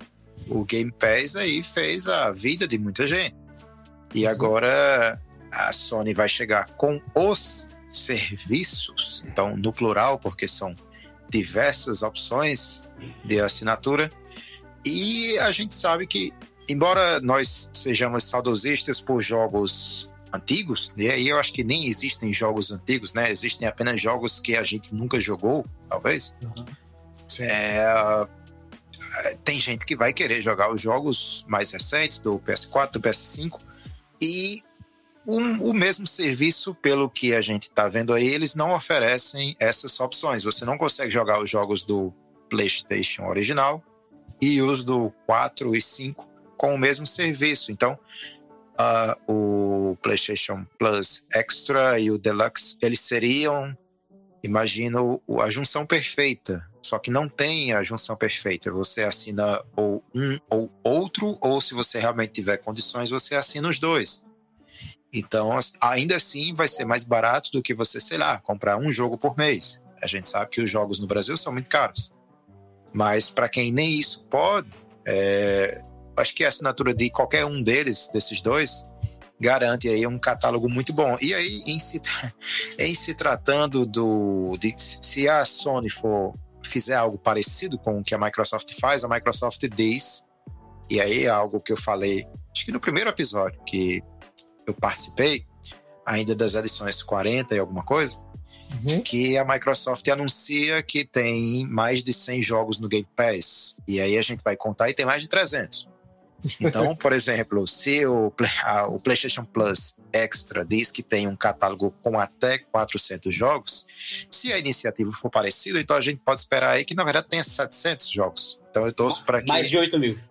o Game Pass aí fez a vida de muita gente. E agora a Sony vai chegar com os serviços, então no plural, porque são diversas opções de assinatura. E a gente sabe que, embora nós sejamos saudosistas por jogos antigos, e aí eu acho que nem existem jogos antigos, né? Existem apenas jogos que a gente nunca jogou, talvez. Uhum. Sim. É, tem gente que vai querer jogar os jogos mais recentes do P S quatro, do P S cinco, e um, o mesmo serviço, pelo que a gente está vendo aí, eles não oferecem essas opções. Você não consegue jogar os jogos do PlayStation original e os do quatro e cinco com o mesmo serviço. Então, uh, o PlayStation Plus Extra e o Deluxe, eles seriam, imagino, a junção perfeita. Só que não tem a junção perfeita. Você assina ou um ou outro, ou se você realmente tiver condições, você assina os dois. Então, ainda assim, vai ser mais barato do que você, sei lá, comprar um jogo por mês. A gente sabe que os jogos no Brasil são muito caros. Mas para quem nem isso pode, é, acho que a assinatura de qualquer um deles, desses dois, garante aí um catálogo muito bom. E aí, em se, em se tratando do... De, se a Sony for, fizer algo parecido com o que a Microsoft faz, a Microsoft diz, e aí é algo que eu falei, acho que no primeiro episódio que eu participei, ainda das edições quarenta e alguma coisa, uhum. que a Microsoft anuncia que tem mais de cem jogos no Game Pass. E aí a gente vai contar e tem mais de trezentos. Então, por exemplo, se o, Play, a, o PlayStation Plus Extra diz que tem um catálogo com até quatrocentos jogos, se a iniciativa for parecida, então a gente pode esperar aí que, na verdade, tenha setecentos jogos. Então eu torço para que... Mais de oito mil.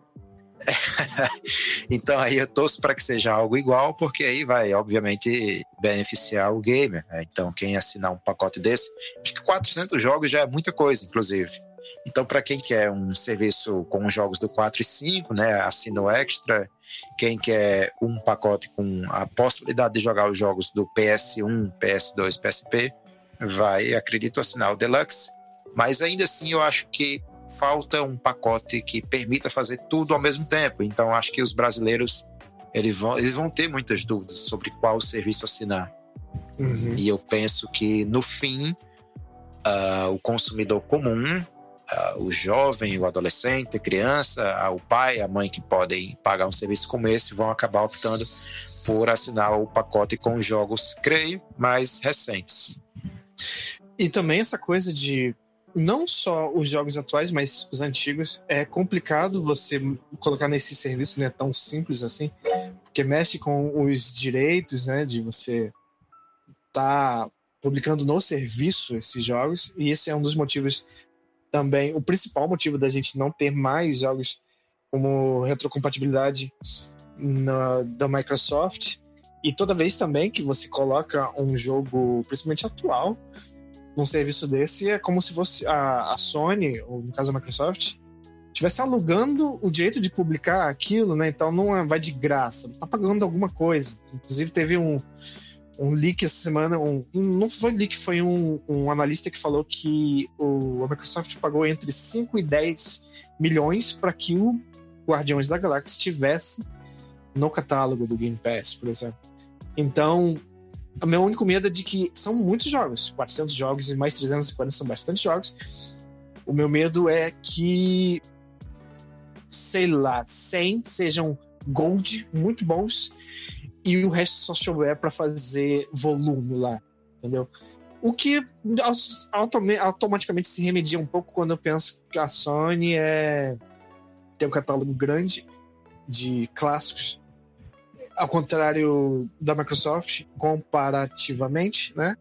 Então aí eu torço para que seja algo igual, porque aí vai obviamente beneficiar o gamer, né? Então quem assinar um pacote desse, acho que quatrocentos jogos já é muita coisa, inclusive. Então para quem quer um serviço com os jogos do quatro e cinco, né, assina o Extra. Quem quer um pacote com a possibilidade de jogar os jogos do P S um, P S dois, P S P, vai, acredito, assinar o Deluxe. Mas ainda assim eu acho que falta um pacote que permita fazer tudo ao mesmo tempo. Então acho que os brasileiros eles vão, eles vão ter muitas dúvidas sobre qual serviço assinar. Uhum. E eu penso que no fim uh, o consumidor comum, uh, o jovem, o adolescente, a criança, uh, o pai, a mãe que podem pagar um serviço como esse vão acabar optando por assinar o pacote com jogos, creio, mais recentes. E também essa coisa de não só os jogos atuais, mas os antigos, é complicado você colocar nesse serviço, não é tão simples assim, porque mexe com os direitos, né, de você estar tá publicando no serviço esses jogos, e esse é um dos motivos também, o principal motivo da gente não ter mais jogos como retrocompatibilidade na, da Microsoft. E toda vez também que você coloca um jogo, principalmente atual, num serviço desse, é como se fosse a, a Sony, ou no caso a Microsoft, estivesse alugando o direito de publicar aquilo, né? Então não é, vai de graça, tá pagando alguma coisa. Inclusive teve um, um leak essa semana, um, não foi leak, foi um, um analista que falou que o, a Microsoft pagou entre cinco e dez milhões para que o Guardiões da Galáxia estivesse no catálogo do Game Pass, por exemplo. Então, o meu único medo é de que são muitos jogos, quatrocentos jogos e mais trezentos e quarenta são bastante jogos. O meu medo é que, sei lá, cem sejam gold muito bons e o resto só souber para fazer volume lá, entendeu? O que automaticamente se remedia um pouco quando eu penso que a Sony é... tem um catálogo grande de clássicos, ao contrário da Microsoft, comparativamente, né?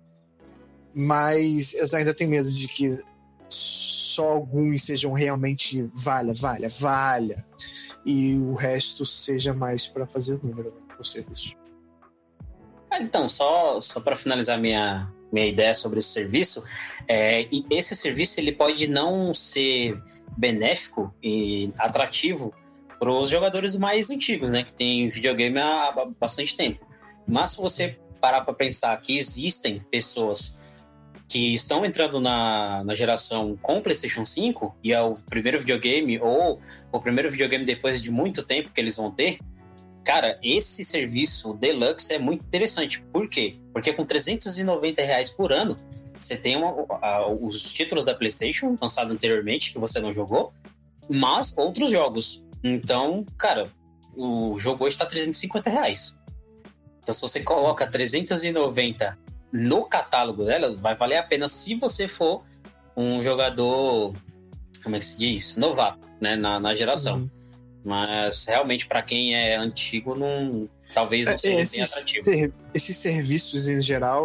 Mas eu ainda tenho medo de que só alguns sejam realmente valha, valha, valha, e o resto seja mais para fazer número do serviço. Então, só, só para finalizar minha, minha ideia sobre esse serviço, é, e esse serviço ele pode não ser benéfico e atrativo para os jogadores mais antigos, né, que tem videogame há bastante tempo. Mas se você parar para pensar que existem pessoas que estão entrando na, na geração com PlayStation cinco, e é o primeiro videogame, ou o primeiro videogame depois de muito tempo que eles vão ter, cara, esse serviço Deluxe é muito interessante. Por quê? Porque com trezentos e noventa reais por ano, você tem uma, a, os títulos da PlayStation lançados anteriormente, que você não jogou, mas outros jogos. Então, cara, o jogo hoje tá trezentos e cinquenta reais. Então, se você coloca trezentos e noventa no catálogo dela, vai valer a pena se você for um jogador, como é que se diz? Novato, né? Na, na geração. Uhum. Mas, realmente, para quem é antigo, não, talvez não seja esses, bem atrativo. Ser, esses serviços, em geral,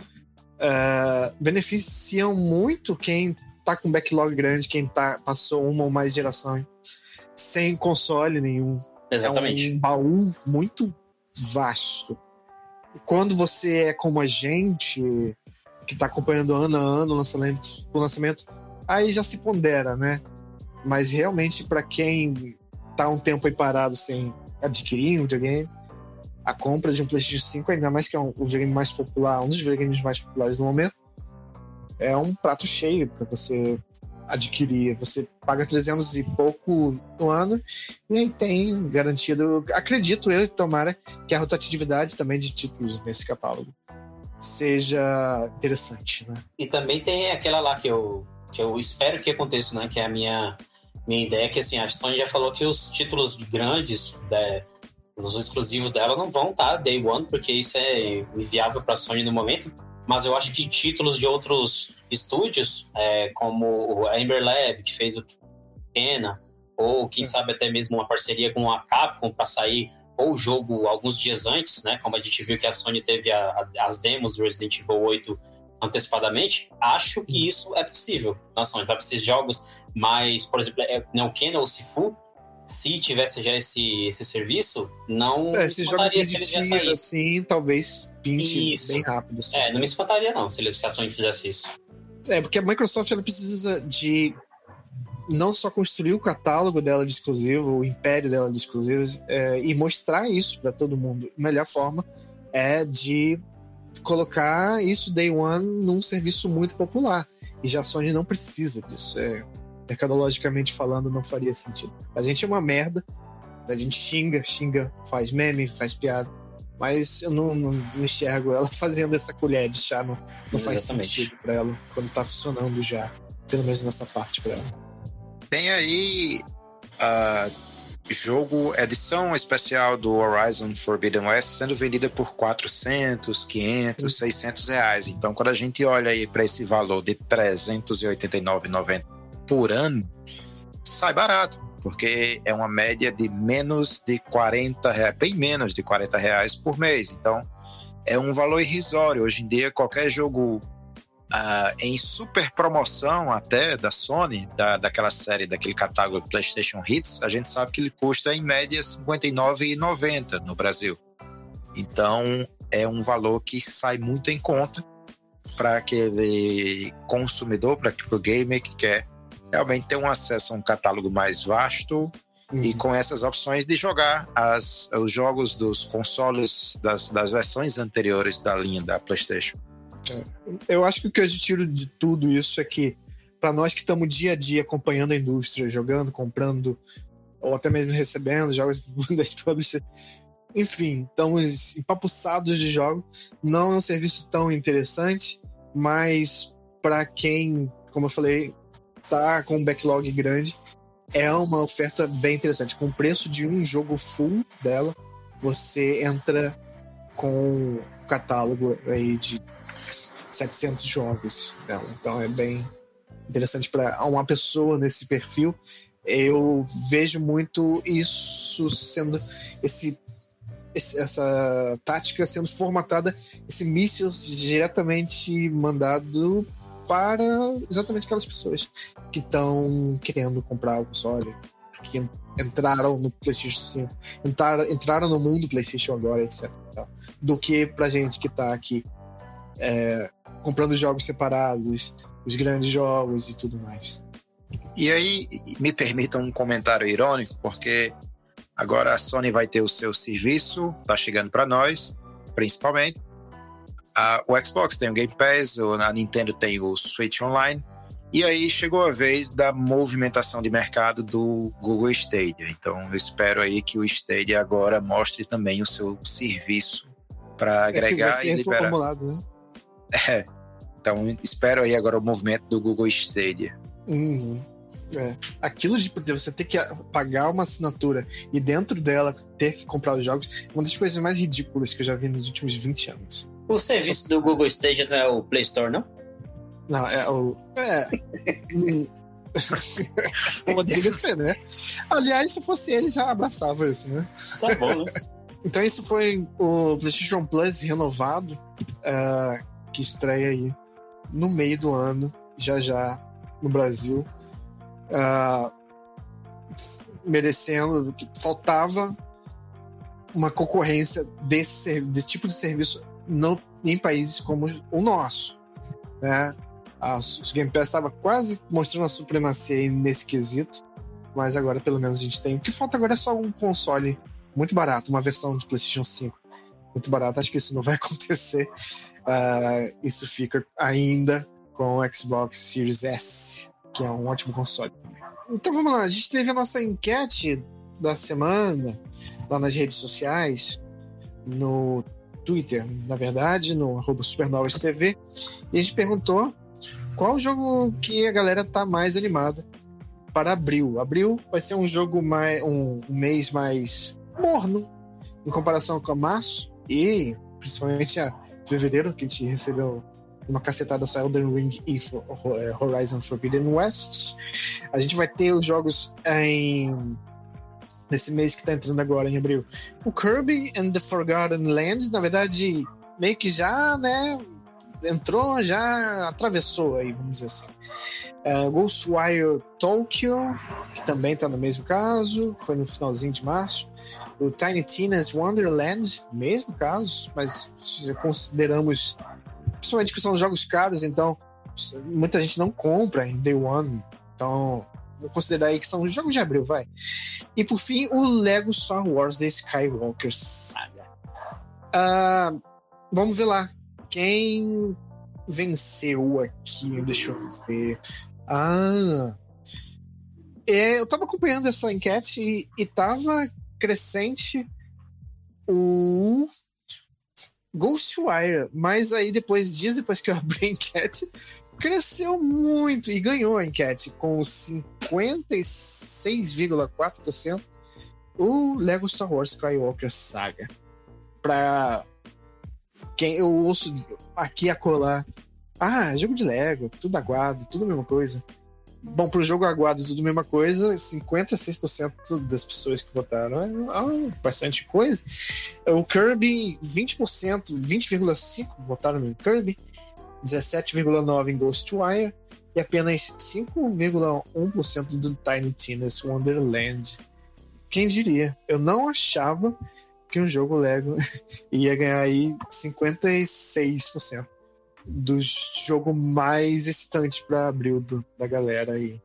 uh, beneficiam muito quem tá com backlog grande, quem tá, passou uma ou mais gerações sem console nenhum. Exatamente. É um baú muito vasto. Quando você é como a gente, que tá acompanhando ano a ano o lançamento, o lançamento, aí já se pondera, né? Mas realmente, para quem tá um tempo aí parado sem adquirir um videogame, a compra de um PlayStation cinco, ainda mais que é um, um videogame mais popular, um dos videogames mais populares do momento, é um prato cheio para você adquirir. Você paga trezentos e pouco no ano e aí tem garantido, acredito eu, tomara que a rotatividade também de títulos nesse catálogo seja interessante, né? E também tem aquela lá que eu, que eu espero que aconteça, né? Que é a minha, minha ideia, que assim, a Sony já falou que os títulos grandes, né, os exclusivos dela não vão estar Day One, porque isso é inviável para a Sony no momento. Mas eu acho que títulos de outros estúdios, é, como a Ember Lab, que fez o Kena, ou quem sabe até mesmo uma parceria com a Capcom para sair ou o jogo alguns dias antes, né? Como a gente viu que a Sony teve a, a, as demos do Resident Evil oito antecipadamente, acho que isso é possível na Sony. Então, esses jogos mais, por exemplo, é, o Kena ou o Sifu, se tivesse já esse, esse serviço, não é, esses jogos se eles já saíssem. Assim, talvez pinte isso. Bem rápido. Assim. É, não me espantaria não, se, se a Sony fizesse isso. É, porque a Microsoft ela precisa de não só construir o catálogo dela de exclusivo, o império dela de exclusivos, é, e mostrar isso para todo mundo. A melhor forma é de colocar isso Day One num serviço muito popular. E já a Sony não precisa disso. É, mercadologicamente falando, não faria sentido. A gente é uma merda, a gente xinga, xinga, faz meme, faz piada, mas eu não, não, não enxergo ela fazendo essa colher de chá, não, não faz sentido pra ela quando tá funcionando já, pelo menos nessa parte pra ela. Tem aí a jogo, edição especial do Horizon Forbidden West sendo vendida por quatrocentos, quinhentos, seiscentos reais. Então, quando a gente olha aí para esse valor de trezentos e oitenta e nove reais e noventa centavos por ano, sai barato, porque é uma média de menos de quarenta reais, bem menos de quarenta reais por mês. Então, é um valor irrisório. Hoje em dia, qualquer jogo uh, em super promoção até da Sony, da, daquela série, daquele catálogo PlayStation Hits, a gente sabe que ele custa em média cinquenta e nove reais e noventa centavos no Brasil. Então, é um valor que sai muito em conta para aquele consumidor, para o gamer que quer realmente ter um acesso a um catálogo mais vasto, uhum, e com essas opções de jogar as, os jogos dos consoles, das, das versões anteriores da linha da PlayStation. É. Eu acho que o que eu tiro de tudo isso é que, para nós que estamos dia a dia acompanhando a indústria, jogando, comprando, ou até mesmo recebendo jogos das publishers, enfim, estamos empapuçados de jogos. Não é um serviço tão interessante, mas para quem, como eu falei, tá com um backlog grande, é uma oferta bem interessante. Com o preço de um jogo full dela, você entra com um catálogo aí de setecentos jogos dela. Então é bem interessante para uma pessoa nesse perfil. Eu vejo muito isso sendo esse, esse essa tática sendo formatada, esse míssil diretamente mandado para exatamente aquelas pessoas que estão querendo comprar o console, que entraram no PlayStation cinco, entraram, entraram no mundo PlayStation agora, etcétera. Do que pra gente que tá aqui é, comprando jogos separados, os grandes jogos e tudo mais. E aí, me permitam um comentário irônico, porque agora a Sony vai ter o seu serviço, tá chegando para nós, principalmente. a, o Xbox tem o Game Pass, a Nintendo tem o Switch Online, e aí chegou a vez da movimentação de mercado do Google Stadia. Então eu espero aí que o Stadia agora mostre também o seu serviço para agregar é que vai ser e liberar. Né? É, então espero aí agora o movimento do Google Stadia. Uhum. É. Aquilo de você ter que pagar uma assinatura e dentro dela ter que comprar os jogos é uma das coisas mais ridículas que eu já vi nos últimos vinte anos. O serviço do Google Stadia não é o Play Store, não? Não, é o... É... Poderia ser, né? Aliás, se fosse ele, já abraçava isso, né? Tá bom, né? Então isso foi o PlayStation Plus renovado, uh, que estreia aí no meio do ano, já já, no Brasil. Uh, merecendo que faltava uma concorrência desse, desse tipo de serviço no, em países como o nosso, né? A, o Game Pass estava quase mostrando a supremacia aí nesse quesito, mas agora pelo menos a gente tem. O que falta agora é só um console muito barato, uma versão do PlayStation cinco muito barata. Acho que isso não vai acontecer. Uh, isso fica ainda com o Xbox Series S, que é um ótimo console. Então vamos lá, a gente teve a nossa enquete da semana lá nas redes sociais, no Twitter, na verdade, no arroba Supernovas T V, e a gente perguntou qual o jogo que a galera tá mais animada para abril. Abril vai ser um jogo mais, um, um mês mais morno em comparação com março e principalmente a fevereiro, que a gente recebeu uma cacetada só Elden Ring e Horizon Forbidden West. A gente vai ter os jogos em nesse mês que tá entrando agora, em abril. O Kirby and the Forgotten Lands, na verdade, meio que já, né, entrou, já atravessou aí, vamos dizer assim. Uh, Ghostwire Tokyo, que também tá no mesmo caso, foi no finalzinho de março. O Tiny Tina's Wonderland, mesmo caso, mas consideramos, principalmente que são jogos caros, então muita gente não compra em Day One, então vou considerar aí que são jogos de abril, vai. E por fim, o Lego Star Wars The Skywalker Saga. Uh, vamos ver lá. Quem venceu aqui? Deixa eu ver. Ah, é, eu tava acompanhando essa enquete e, e tava crescente o Ghostwire, mas aí depois, dias depois que eu abri a enquete, cresceu muito e ganhou a enquete com cinquenta e seis vírgula quatro por cento o Lego Star Wars Skywalker Saga. Pra quem eu ouço aqui a colar, ah, jogo de Lego, tudo aguado, tudo a mesma coisa. Bom, pro jogo aguado, tudo a mesma coisa, cinquenta e seis por cento das pessoas que votaram é ah, bastante coisa. O Kirby, vinte por cento, vinte vírgula cinco por cento votaram no Kirby, dezessete vírgula nove por cento em Ghostwire e apenas cinco vírgula um por cento do Tiny Tina's Wonderland. Quem diria? Eu não achava que um jogo Lego ia ganhar aí cinquenta e seis por cento do jogo mais excitante para abril do, da galera aí.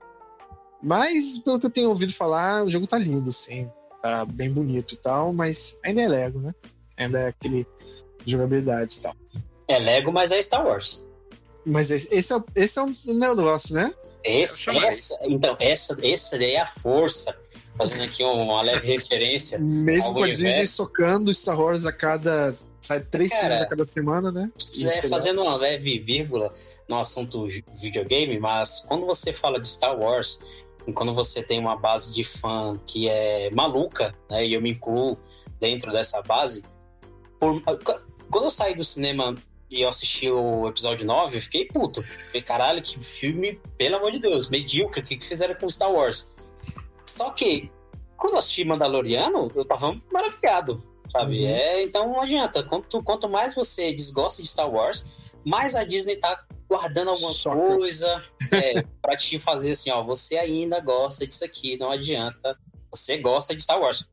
Mas, pelo que eu tenho ouvido falar, o jogo tá lindo, sim. Tá bem bonito e tal, mas ainda é Lego, né? Ainda é aquele jogabilidade e tal. É Lego, mas é Star Wars. Mas esse, esse, é, esse é o negócio, né? Esse, essa, então, essa, essa daí é a força. Fazendo aqui uma leve referência. Mesmo com a Disney socando Star Wars a cada... Sai três Cara, filmes a cada semana, né? É, fazendo uma leve vírgula no assunto videogame, mas quando você fala de Star Wars, e quando você tem uma base de fã que é maluca, né, e eu me incluo dentro dessa base, por, quando eu saí do cinema e eu assisti o episódio nove, eu fiquei puto. Falei, caralho, que filme, pelo amor de Deus, medíocre, o que, que fizeram com Star Wars? Só que, quando eu assisti Mandaloriano, eu tava maravilhado. Sabe? Uhum. É, então não adianta. Quanto, quanto mais você desgosta de Star Wars, mais a Disney tá guardando alguma Soca. coisa é, pra te fazer assim, ó, você ainda gosta disso aqui, não adianta. Você gosta de Star Wars.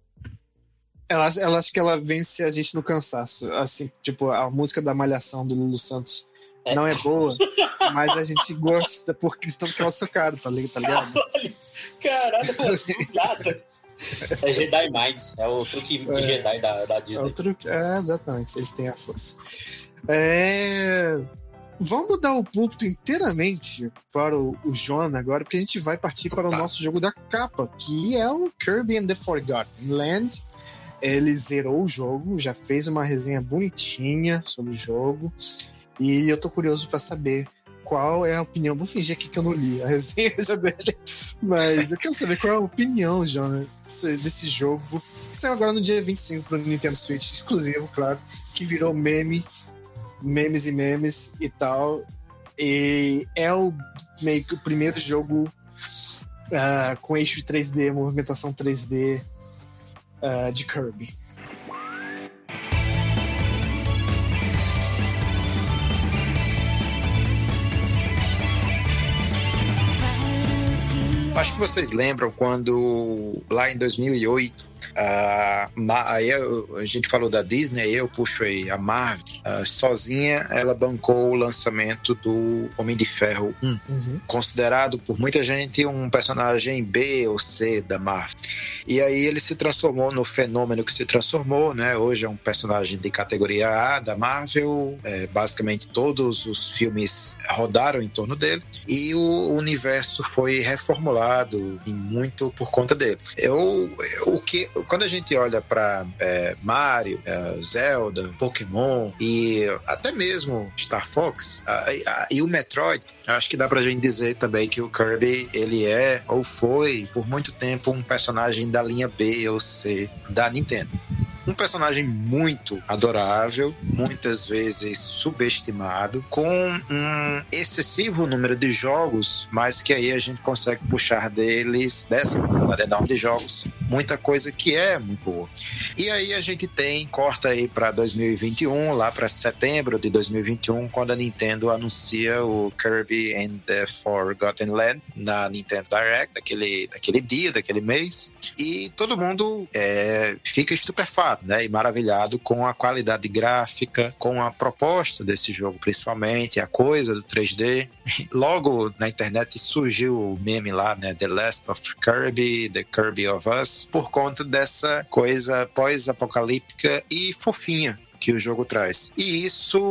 Ela, ela acho que ela vence a gente no cansaço. Assim, tipo, a música da Malhação do Lulu Santos é. não é boa, mas a gente gosta porque estão tão socados, tá ligado? Caralho, nada. É Jedi Minds, é o truque de Jedi da, da Disney. É, o truque, é, exatamente, eles têm a força. É... Vamos mudar o púlpito inteiramente para o, o João agora, porque a gente vai partir para o nosso jogo da capa, que é o Kirby and the Forgotten Land. Ele zerou o jogo, já fez uma resenha bonitinha sobre o jogo, e eu tô curioso para saber qual é a opinião. Vou fingir aqui que eu não li a resenha dele, mas eu quero saber qual é a opinião, João, desse jogo, que saiu agora no dia vinte e cinco para o Nintendo Switch, exclusivo, claro, que virou meme, memes e memes e tal, e é o meio que o primeiro jogo uh, com eixo três D, movimentação três D uh, de Kirby. Acho que vocês lembram quando, lá em dois mil e oito, uh, aí a gente falou da Disney, aí eu puxo aí a Marvel, uh, sozinha ela bancou o lançamento do Homem de Ferro um, uhum. considerado por muita gente um personagem B ou C da Marvel. E aí ele se transformou no fenômeno que se transformou, né? Hoje é um personagem de categoria A da Marvel, é, basicamente todos os filmes rodaram em torno dele, e o universo foi reformulado e muito por conta dele. Eu, o que, quando a gente olha para é, Mario, é, Zelda, Pokémon e até mesmo Star Fox a, a, e o Metroid, acho que dá pra gente dizer também que o Kirby, ele é ou foi por muito tempo um personagem da linha B ou C da Nintendo. Um personagem muito adorável, muitas vezes subestimado, com um excessivo número de jogos, mas que aí a gente consegue puxar deles, dessa quantidade enorme de jogos, muita coisa que é muito boa. E aí a gente tem, corta aí para dois mil e vinte e um, lá para setembro de dois mil e vinte e um, quando a Nintendo anuncia o Kirby and the Forgotten Land na Nintendo Direct, daquele, daquele dia, daquele mês, e todo mundo é, fica estupefato, né, e maravilhado com a qualidade gráfica, com a proposta desse jogo, principalmente a coisa do três D. Logo na internet surgiu o meme lá, né, The Last of Kirby, The Kirby of Us, por conta dessa coisa pós-apocalíptica e fofinha que o jogo traz. E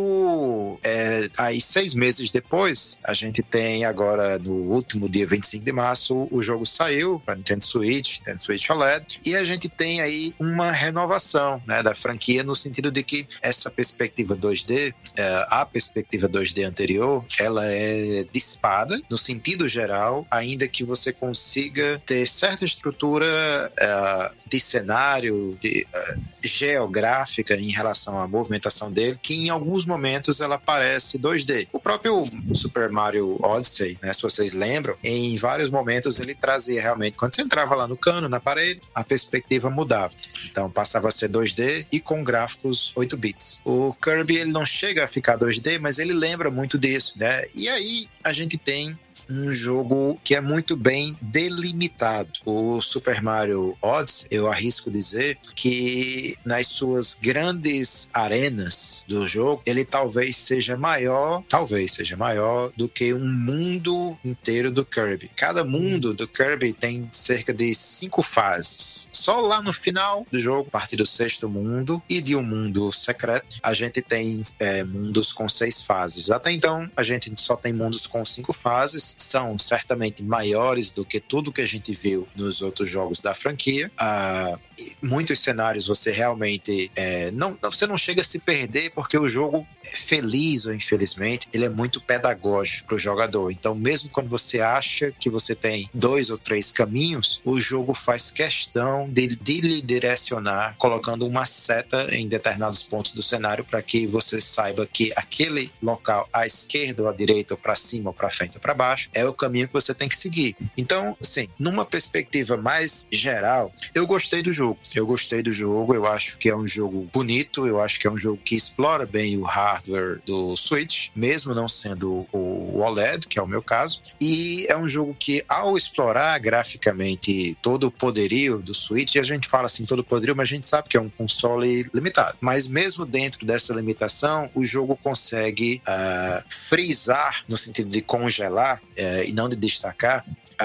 isso, é, aí seis meses depois, a gente tem agora no último dia vinte e cinco de março, o jogo saiu para Nintendo Switch, Nintendo Switch O L E D, e a gente tem aí uma renovação, né, da franquia, no sentido de que essa perspectiva dois D, é, a perspectiva dois D anterior, ela é dissipada, no sentido geral, ainda que você consiga ter certa estrutura é, de cenário, de, é, geográfica em relação a movimentação dele, que em alguns momentos ela parece dois D. O próprio Super Mario Odyssey, né, se vocês lembram, em vários momentos ele trazia realmente, quando você entrava lá no cano, na parede, a perspectiva mudava. Então passava a ser dois D e com gráficos oito bits. O Kirby, ele não chega a ficar dois D, mas ele lembra muito disso, né? E aí a gente tem um jogo que é muito bem delimitado. O Super Mario Odyssey, eu arrisco dizer que nas suas grandes arenas do jogo, ele talvez seja maior, talvez seja maior do que um mundo inteiro do Kirby. Cada mundo do Kirby tem cerca de cinco fases. Só lá no final do jogo, a partir do sexto mundo e de um mundo secreto, a gente tem é, mundos com seis fases. Até então, a gente só tem mundos com cinco fases. São certamente maiores do que tudo que a gente viu nos outros jogos da franquia. Ah, muitos cenários você realmente é, não, você não chega a se perder, porque o jogo, feliz ou infelizmente, ele é muito pedagógico para o jogador. Então, mesmo quando você acha que você tem dois ou três caminhos, o jogo faz questão de, de lhe direcionar, colocando uma seta em determinados pontos do cenário para que você saiba que aquele local à esquerda ou à direita, ou para cima, ou para frente ou para baixo, é o caminho que você tem que seguir. Então, assim, numa perspectiva mais geral, eu gostei do jogo. Eu gostei do jogo, eu acho que é um jogo bonito, eu acho que é um jogo que explora bem o hardware do Switch, mesmo não sendo o O L E D, que é o meu caso. E é um jogo que, ao explorar graficamente todo o poderio do Switch, e a gente fala assim, todo o poderio, mas a gente sabe que é um console limitado. Mas mesmo dentro dessa limitação, o jogo consegue uh, frisar, no sentido de congelar, uh, e não de destacar,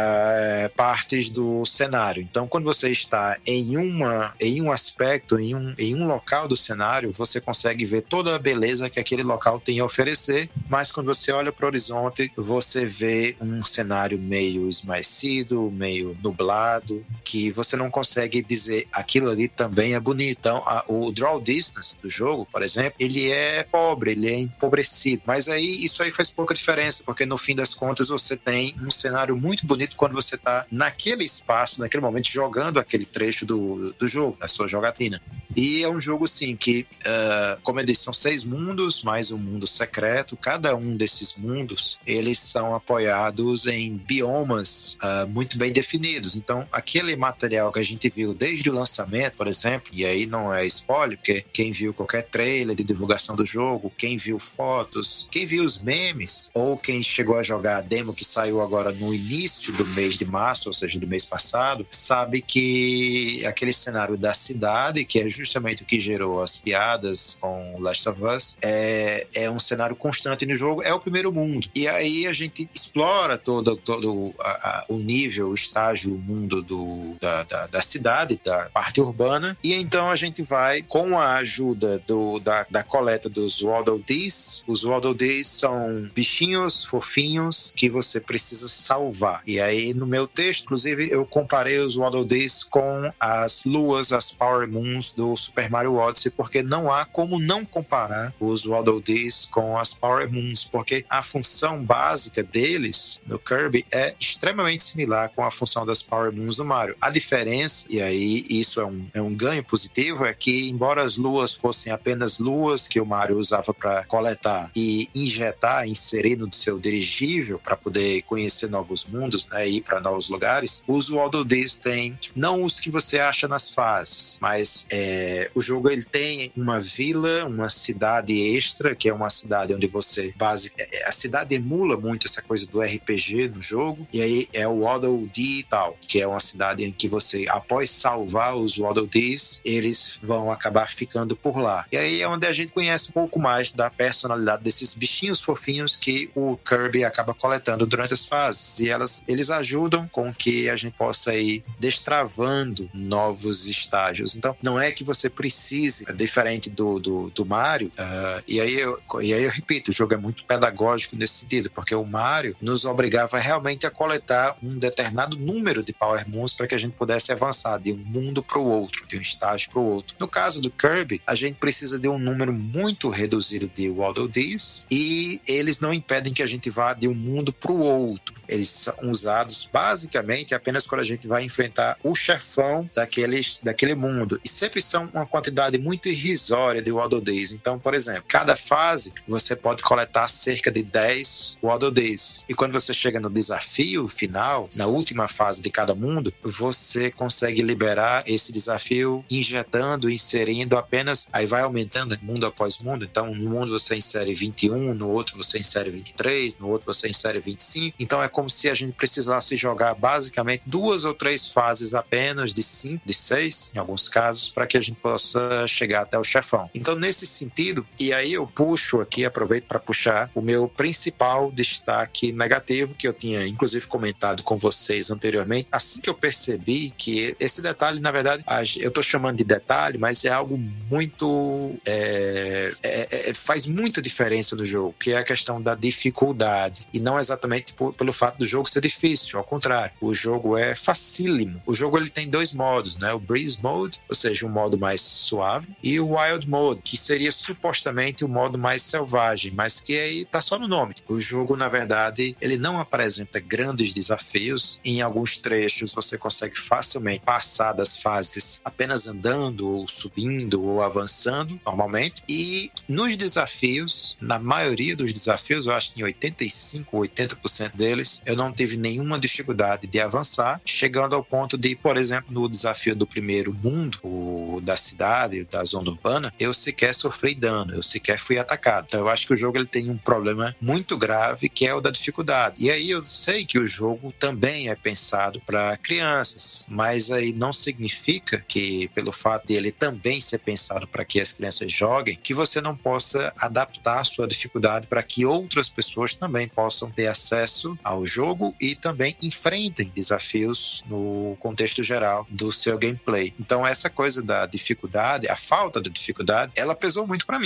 Uh, partes do cenário. Então, quando você está em, uma, em um aspecto, em um, em um local do cenário, você consegue ver toda a beleza que aquele local tem a oferecer, mas quando você olha para o horizonte, você vê um cenário meio esmaecido, meio nublado, que você não consegue dizer aquilo ali também é bonito. Então, a, o draw distance do jogo, por exemplo, ele é pobre, ele é empobrecido, mas aí isso aí faz pouca diferença, porque no fim das contas você tem um cenário muito bonito quando você está naquele espaço, naquele momento, jogando aquele trecho do, do jogo, na sua jogatina. E é um jogo, assim, que, uh, como eu disse, são seis mundos, mais um mundo secreto. Cada um desses mundos, eles são apoiados em biomas uh, muito bem definidos. Então, aquele material que a gente viu desde o lançamento, por exemplo, e aí não é spoiler, porque quem viu qualquer trailer de divulgação do jogo, quem viu fotos, quem viu os memes, ou quem chegou a jogar a demo que saiu agora no início do mês de março, ou seja, do mês passado, sabe que aquele cenário da cidade, que é justamente o que gerou as piadas com Last of Us, é, é um cenário constante no jogo, é o primeiro mundo. E aí a gente explora todo, todo a, a, o nível, o estágio, o mundo do, da, da, da cidade, da parte urbana, e então a gente vai, com a ajuda do, da, da coleta dos Waddle Dees. Os Waddle Dees são bichinhos fofinhos que você precisa salvar. E aí no meu texto, inclusive, eu comparei os Waddle Dees com as luas, as Power Moons do Super Mario Odyssey, porque não há como não comparar os Waddle Dees com as Power Moons, porque a função básica deles no Kirby é extremamente similar com a função das Power Moons do Mario. A diferença, e aí isso é um, é um ganho positivo, é que embora as luas fossem apenas luas que o Mario usava para coletar e injetar, inserir no seu dirigível para poder conhecer novos mundos, né, ir para novos lugares, os Waddle Dees têm, não os que você acha nas fases, mas é, o jogo ele tem uma vila, uma cidade extra, que é uma cidade onde você base, a cidade emula muito essa coisa do R P G no jogo, e aí é o Waddle Dee e tal, que é uma cidade em que você, após salvar os Waddle Dees, eles vão acabar ficando por lá. E aí é onde a gente conhece um pouco mais da personalidade desses bichinhos fofinhos que o Kirby acaba coletando durante as fases, e elas, eles ajudam com que a gente possa ir destravando novos estágios. Então, não é que você precise, diferente do, do, do Mario, uh, e, aí eu, e aí eu repito, o jogo é muito pedagógico nesse sentido, porque o Mario nos obrigava realmente a coletar um determinado número de Power Moons para que a gente pudesse avançar de um mundo para o outro, de um estágio para o outro. No caso do Kirby, a gente precisa de um número muito reduzido de Waddle Dees, e eles não impedem que a gente vá de um mundo para o outro. Eles são usados basicamente apenas quando a gente vai enfrentar o chefão daqueles, daquele mundo, e sempre são uma quantidade muito irrisória de Waddle Dees. Então, por exemplo, cada fase você pode coletar cerca de dez Waddle Dees, e quando você chega no desafio final, na última fase de cada mundo, você consegue liberar esse desafio injetando, inserindo apenas, aí vai aumentando mundo após mundo. Então, no mundo você insere vinte e um, no outro você insere vinte e três, no outro você insere vinte e cinco. Então é como se a gente precisasse jogar basicamente duas ou três fases apenas, de cinco, de seis, em alguns casos, para que a gente possa chegar até o chefão. Então, nesse sentido, e aí eu puxo aqui, aproveito para puxar o meu principal destaque negativo, que eu tinha inclusive comentado com vocês anteriormente, assim que eu percebi que esse detalhe, na verdade, eu estou chamando de detalhe, mas é algo muito é, é, é, faz muita diferença no jogo, que é a questão da dificuldade, e não exatamente por, pelo fato do jogo ser difícil, ao contrário, o jogo é facílimo. O jogo ele tem dois modos, né? O Breeze Mode, ou seja, um modo mais suave, e o Wild Mode, que seria supostamente o modo mais selvagem, mas que aí tá só no nome. O jogo, na verdade, ele não apresenta grandes desafios. Em alguns trechos você consegue facilmente passar das fases apenas andando, ou subindo, ou avançando normalmente, e nos desafios, na maioria dos desafios, eu acho que em oitenta e cinco, oitenta por cento deles, eu não tive nenhuma dificuldade de avançar, chegando ao ponto de, por exemplo, no desafio do primeiro mundo, o da cidade, da zona urbana, eu sequer sofri dano, eu sequer fui atacado. Então eu acho que o jogo ele tem um problema muito grave, que é o da dificuldade. E aí eu sei que o jogo também é pensado para crianças, mas aí não significa que, pelo fato de ele também ser pensado para que as crianças joguem, que você não possa adaptar a sua dificuldade para que outras pessoas também possam ter acesso ao jogo e também enfrentem desafios no contexto geral do seu gameplay. Então essa coisa da dificuldade, a falta de dificuldade, ela pesou muito para mim. Eu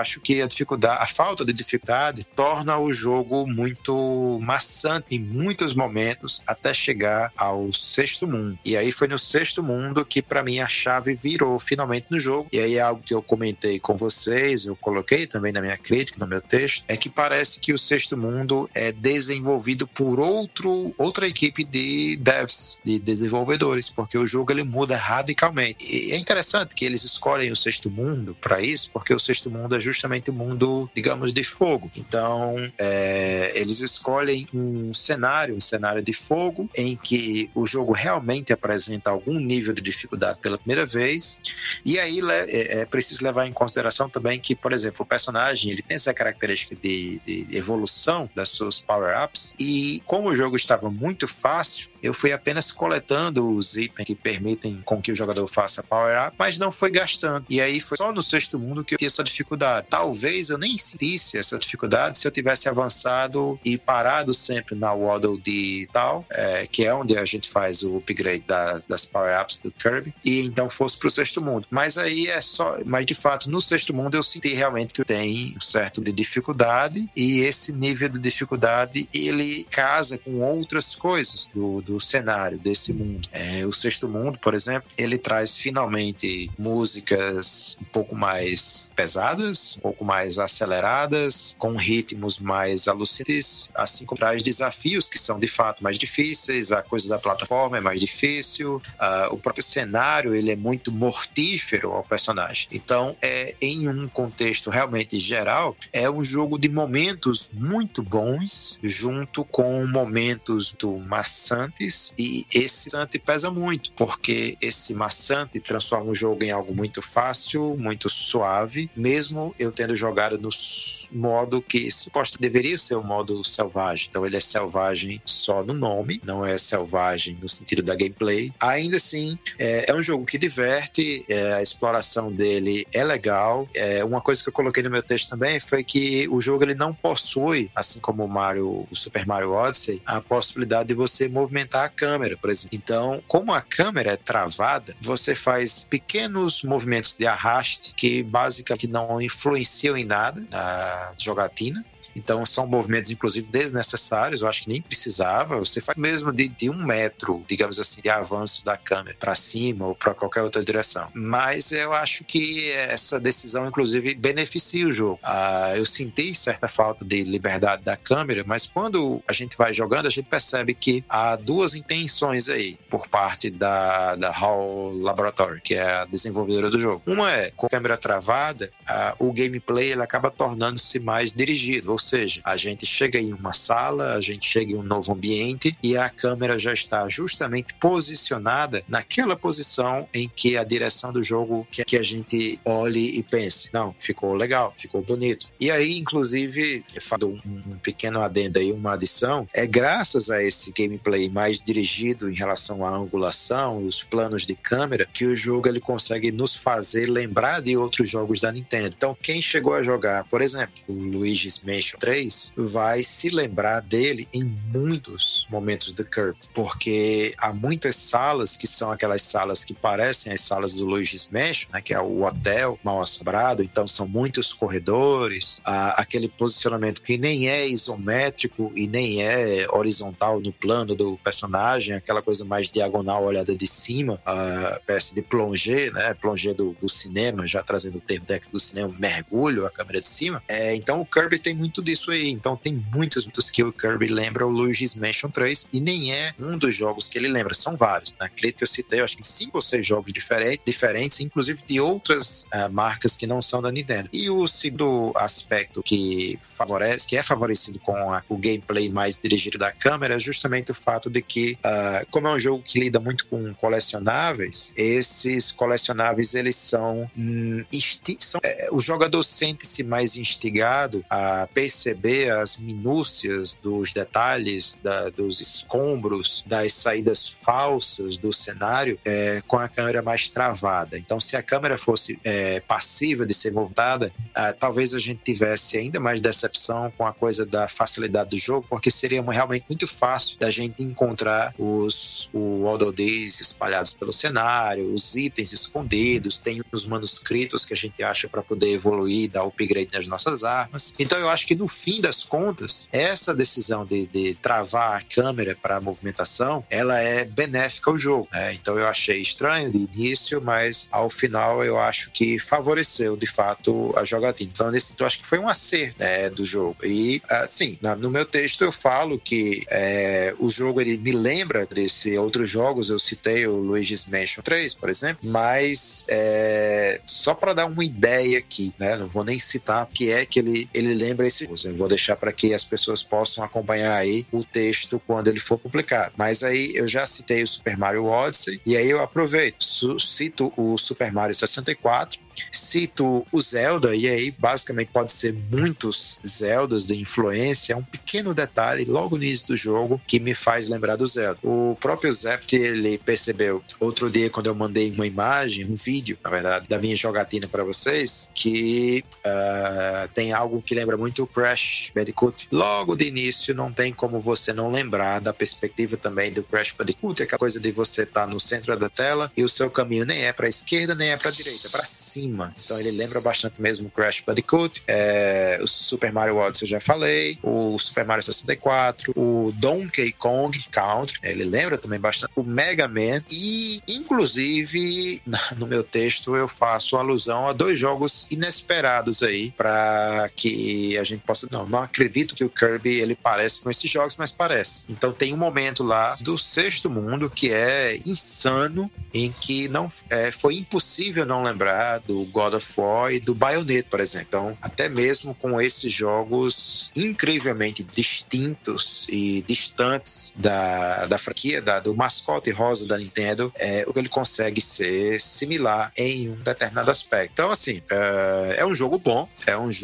acho que a dificuldade, a falta de dificuldade torna o jogo muito maçante em muitos momentos até chegar ao sexto mundo. E aí foi no sexto mundo que para mim a chave virou finalmente no jogo. E aí é algo que eu comentei com vocês, eu coloquei também na minha crítica, no meu texto, é que parece que o sexto mundo é desenvolvido por outro, outra equipe de devs, de desenvolvedores, porque o jogo ele muda radicalmente. E é interessante que eles escolhem o sexto mundo para isso, porque o sexto mundo é justamente o mundo, digamos, de fogo. Então, é, eles escolhem um cenário, um cenário de fogo, em que o jogo realmente apresenta algum nível de dificuldade pela primeira vez. E aí é, é preciso levar em consideração também que, por exemplo, o personagem ele tem essa característica de, de evolução das suas power-ups, e como o jogo estava muito fácil, eu fui apenas coletando os itens que permitem com que o jogador faça power-up, mas não foi gastando. E aí foi só no sexto mundo que eu tinha essa dificuldade. Talvez eu nem sentisse essa dificuldade se eu tivesse avançado e parado sempre na Waddle Dee e tal, é, que é onde a gente faz o upgrade da, das power-ups do Kirby, e então fosse pro sexto mundo. Mas aí é só... Mas de fato, no sexto mundo eu senti realmente que eu tenho um certo de dificuldade, e esse nível de dificuldade ele casa com outras coisas do, do cenário desse mundo. É, o sexto mundo, por exemplo, ele traz finalmente músicas um pouco mais pesadas, um pouco mais aceleradas, com ritmos mais alucinantes, assim como traz desafios que são de fato mais difíceis, a coisa da plataforma é mais difícil, uh, o próprio cenário ele é muito mortífero ao personagem. Então, é, em um contexto realmente geral, é um jogo de momentos muito bons, junto com momentos do maçantes, e esse maçante pesa muito, porque esse maçante transforma o jogo em algo muito fácil, muito suave, mesmo eu tendo jogado no modo que suposto deveria ser o modo selvagem. Então ele é selvagem só no nome, não é selvagem no sentido da gameplay. Ainda assim, é, é um jogo que diverte, é, a exploração dele é legal. É, uma coisa que eu coloquei no meu texto também foi que o jogo ele não possui, assim como o Mario, o Super Mario Odyssey, a possibilidade de você movimentar a câmera, por exemplo. Então, como a câmera é travada, você faz pequenos movimentos de arraste que basicamente não influenciam em nada na jogatina. Então são movimentos inclusive desnecessários, eu acho que nem precisava. Você faz mesmo de, de um metro, digamos assim, de avanço da câmera para cima ou para qualquer outra direção. Mas eu acho que essa decisão inclusive beneficia o jogo. Ah, eu senti certa falta de liberdade da câmera, mas quando a gente vai jogando, a gente percebe que há duas intenções aí por parte da, da HAL Laboratory, que é a desenvolvedora do jogo. Uma é, com a câmera travada, ah, o gameplay ele acaba tornando-se mais dirigido, ou seja, a gente chega em uma sala, a gente chega em um novo ambiente e a câmera já está justamente posicionada naquela posição em que a direção do jogo quer que a gente olhe e pense, não, ficou legal, ficou bonito. E aí, inclusive, eu falo um, um pequeno adendo aí, uma adição, é graças a esse gameplay mais dirigido em relação à angulação e os planos de câmera que o jogo ele consegue nos fazer lembrar de outros jogos da Nintendo. Então, quem chegou a jogar, por exemplo, o Luigi's Mansion três, vai se lembrar dele em muitos momentos do Kirby, porque há muitas salas que são aquelas salas que parecem as salas do Luigi's Mansion, né, que é o hotel mal assombrado, então são muitos corredores, ah, aquele posicionamento que nem é isométrico e nem é horizontal no plano do personagem, aquela coisa mais diagonal olhada de cima, a espécie de plongé, né, plongé do, do cinema, já trazendo o termo técnico do cinema, mergulho, a câmera de cima. É, então o Kirby tem muito disso aí, então tem muitos, muitos que o Kirby lembra o Luigi's Mansion três e nem é um dos jogos que ele lembra, são vários. Na crítica que eu citei, eu acho que cinco ou seis jogos diferentes, diferentes inclusive de outras uh, marcas que não são da Nintendo. E o segundo aspecto que favorece, que é favorecido com a, o gameplay mais dirigido da câmera é justamente o fato de que, uh, como é um jogo que lida muito com colecionáveis, esses colecionáveis eles são, hum, insti- são é, o jogador sente-se mais instigado a perceber as minúcias dos detalhes, da, dos escombros, das saídas falsas do cenário é, com a câmera mais travada. Então, se a câmera fosse é, passiva de ser voltada, é, talvez a gente tivesse ainda mais decepção com a coisa da facilidade do jogo, porque seria realmente muito fácil da gente encontrar os o All the Days espalhados pelo cenário, os itens escondidos, tem os manuscritos que a gente acha para poder evoluir, dar upgrade nas nossas armas. Então eu acho que no fim das contas, essa decisão de, de travar a câmera para a movimentação, ela é benéfica ao jogo, né? Então eu achei estranho de início, mas ao final eu acho que favoreceu de fato a jogatina. Então nesse, eu acho que foi um acerto, né, do jogo. E assim, no meu texto eu falo que é, o jogo ele me lembra desse outros jogos, eu citei o Luigi's Mansion três, por exemplo, mas é, só para dar uma ideia aqui, né, não vou nem citar porque é que ele, ele lembra esse jogo. Eu vou deixar para que as pessoas possam acompanhar aí o texto quando ele for publicado. Mas aí eu já citei o Super Mario Odyssey e aí eu aproveito, cito o Super Mario sessenta e quatro, cito o Zelda, e aí basicamente pode ser muitos Zeldas de influência, é um pequeno detalhe logo no início do jogo que me faz lembrar do Zelda. O próprio Zept, ele percebeu outro dia quando eu mandei uma imagem, um vídeo, na verdade, da minha jogatina para vocês, que uh, tem algo que lembra muito o Crash Bandicoot. Logo de início não tem como você não lembrar da perspectiva também do Crash Bandicoot, aquela coisa de você estar no centro da tela e o seu caminho nem é para a esquerda nem é para a direita, é para cima. Então ele lembra bastante mesmo o Crash Bandicoot, é, o Super Mario Odyssey eu já falei, o Super Mario sessenta e quatro, o Donkey Kong Country, ele lembra também bastante o Mega Man, e inclusive no meu texto eu faço alusão a dois jogos inesperados aí para que a gente possa, não, não acredito que o Kirby ele parece com esses jogos, mas parece. Então tem um momento lá do Sexto Mundo que é insano, em que não é, foi impossível não lembrar do God of War e do Bayonetta, por exemplo. Então, até mesmo com esses jogos incrivelmente distintos e distantes da, da franquia, da, do mascote rosa da Nintendo, é, ele consegue ser similar em um determinado aspecto. Então, assim, é, é um jogo bom, é um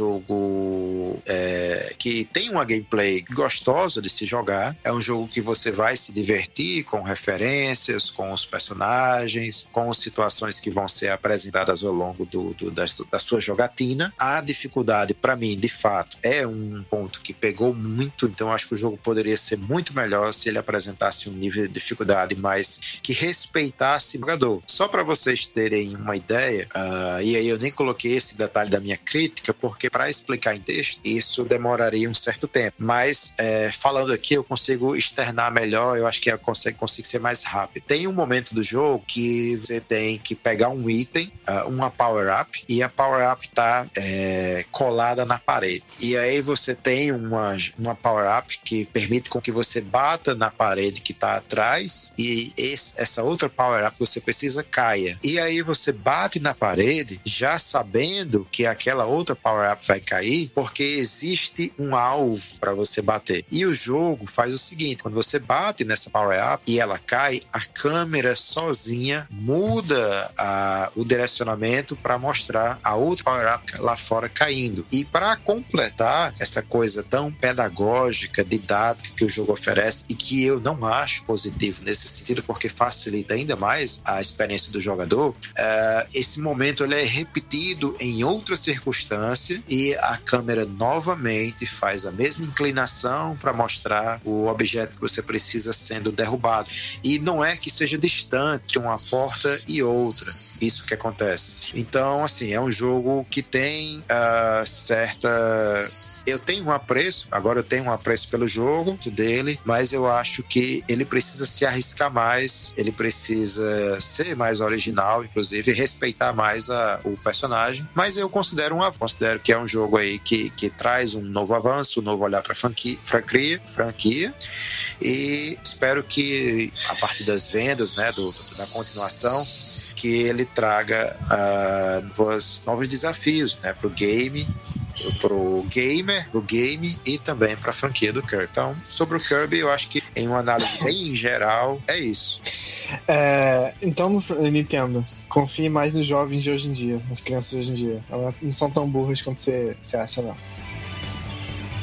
jogo é, que tem uma gameplay gostosa de se jogar, é um jogo que você vai se divertir com referências, com os personagens, com as situações que vão ser apresentadas ao longo Do, do, da, da sua jogatina. A dificuldade, para mim, de fato, é um ponto que pegou muito, então acho que o jogo poderia ser muito melhor se ele apresentasse um nível de dificuldade mais que respeitasse o jogador. Só para vocês terem uma ideia, uh, e aí eu nem coloquei esse detalhe da minha crítica, porque para explicar em texto, isso demoraria um certo tempo. Mas, é, falando aqui, eu consigo externar melhor, eu acho que eu consigo, consigo ser mais rápido. Tem um momento do jogo que você tem que pegar um item, uh, uma power-up, e a power-up tá é, colada na parede. E aí você tem uma, uma power-up que permite com que você bata na parede que tá atrás e esse, essa outra power-up que você precisa caia. E aí você bate na parede já sabendo que aquela outra power-up vai cair, porque existe um alvo para você bater. E o jogo faz o seguinte, quando você bate nessa power-up e ela cai, a câmera sozinha muda a, o direcionamento para mostrar a outra power-up lá fora caindo. E para completar essa coisa tão pedagógica, didática que o jogo oferece, e que eu não acho positivo nesse sentido, porque facilita ainda mais a experiência do jogador, uh, esse momento ele é repetido em outra circunstância e a câmera novamente faz a mesma inclinação para mostrar o objeto que você precisa sendo derrubado. E não é que seja distante uma porta e outra. Isso que acontece. Então, assim, é um jogo que tem uh, certa... Eu tenho um apreço, agora eu tenho um apreço pelo jogo dele, mas eu acho que ele precisa se arriscar mais, ele precisa ser mais original, inclusive, respeitar mais a, o personagem. Mas eu considero um avanço, considero que é um jogo aí que, que traz um novo avanço, um novo olhar para a franquia, franquia, franquia, e espero que, a partir das vendas, né, do, da continuação, que ele traga uh, novos, novos desafios, né, para o game, pro gamer, pro game e também para a franquia do Kirby. Então, sobre o Kirby, eu acho que em uma análise bem geral, é isso. É, então, Nintendo, confie mais nos jovens de hoje em dia, nas crianças de hoje em dia. Elas não são tão burras quanto você, você acha, não.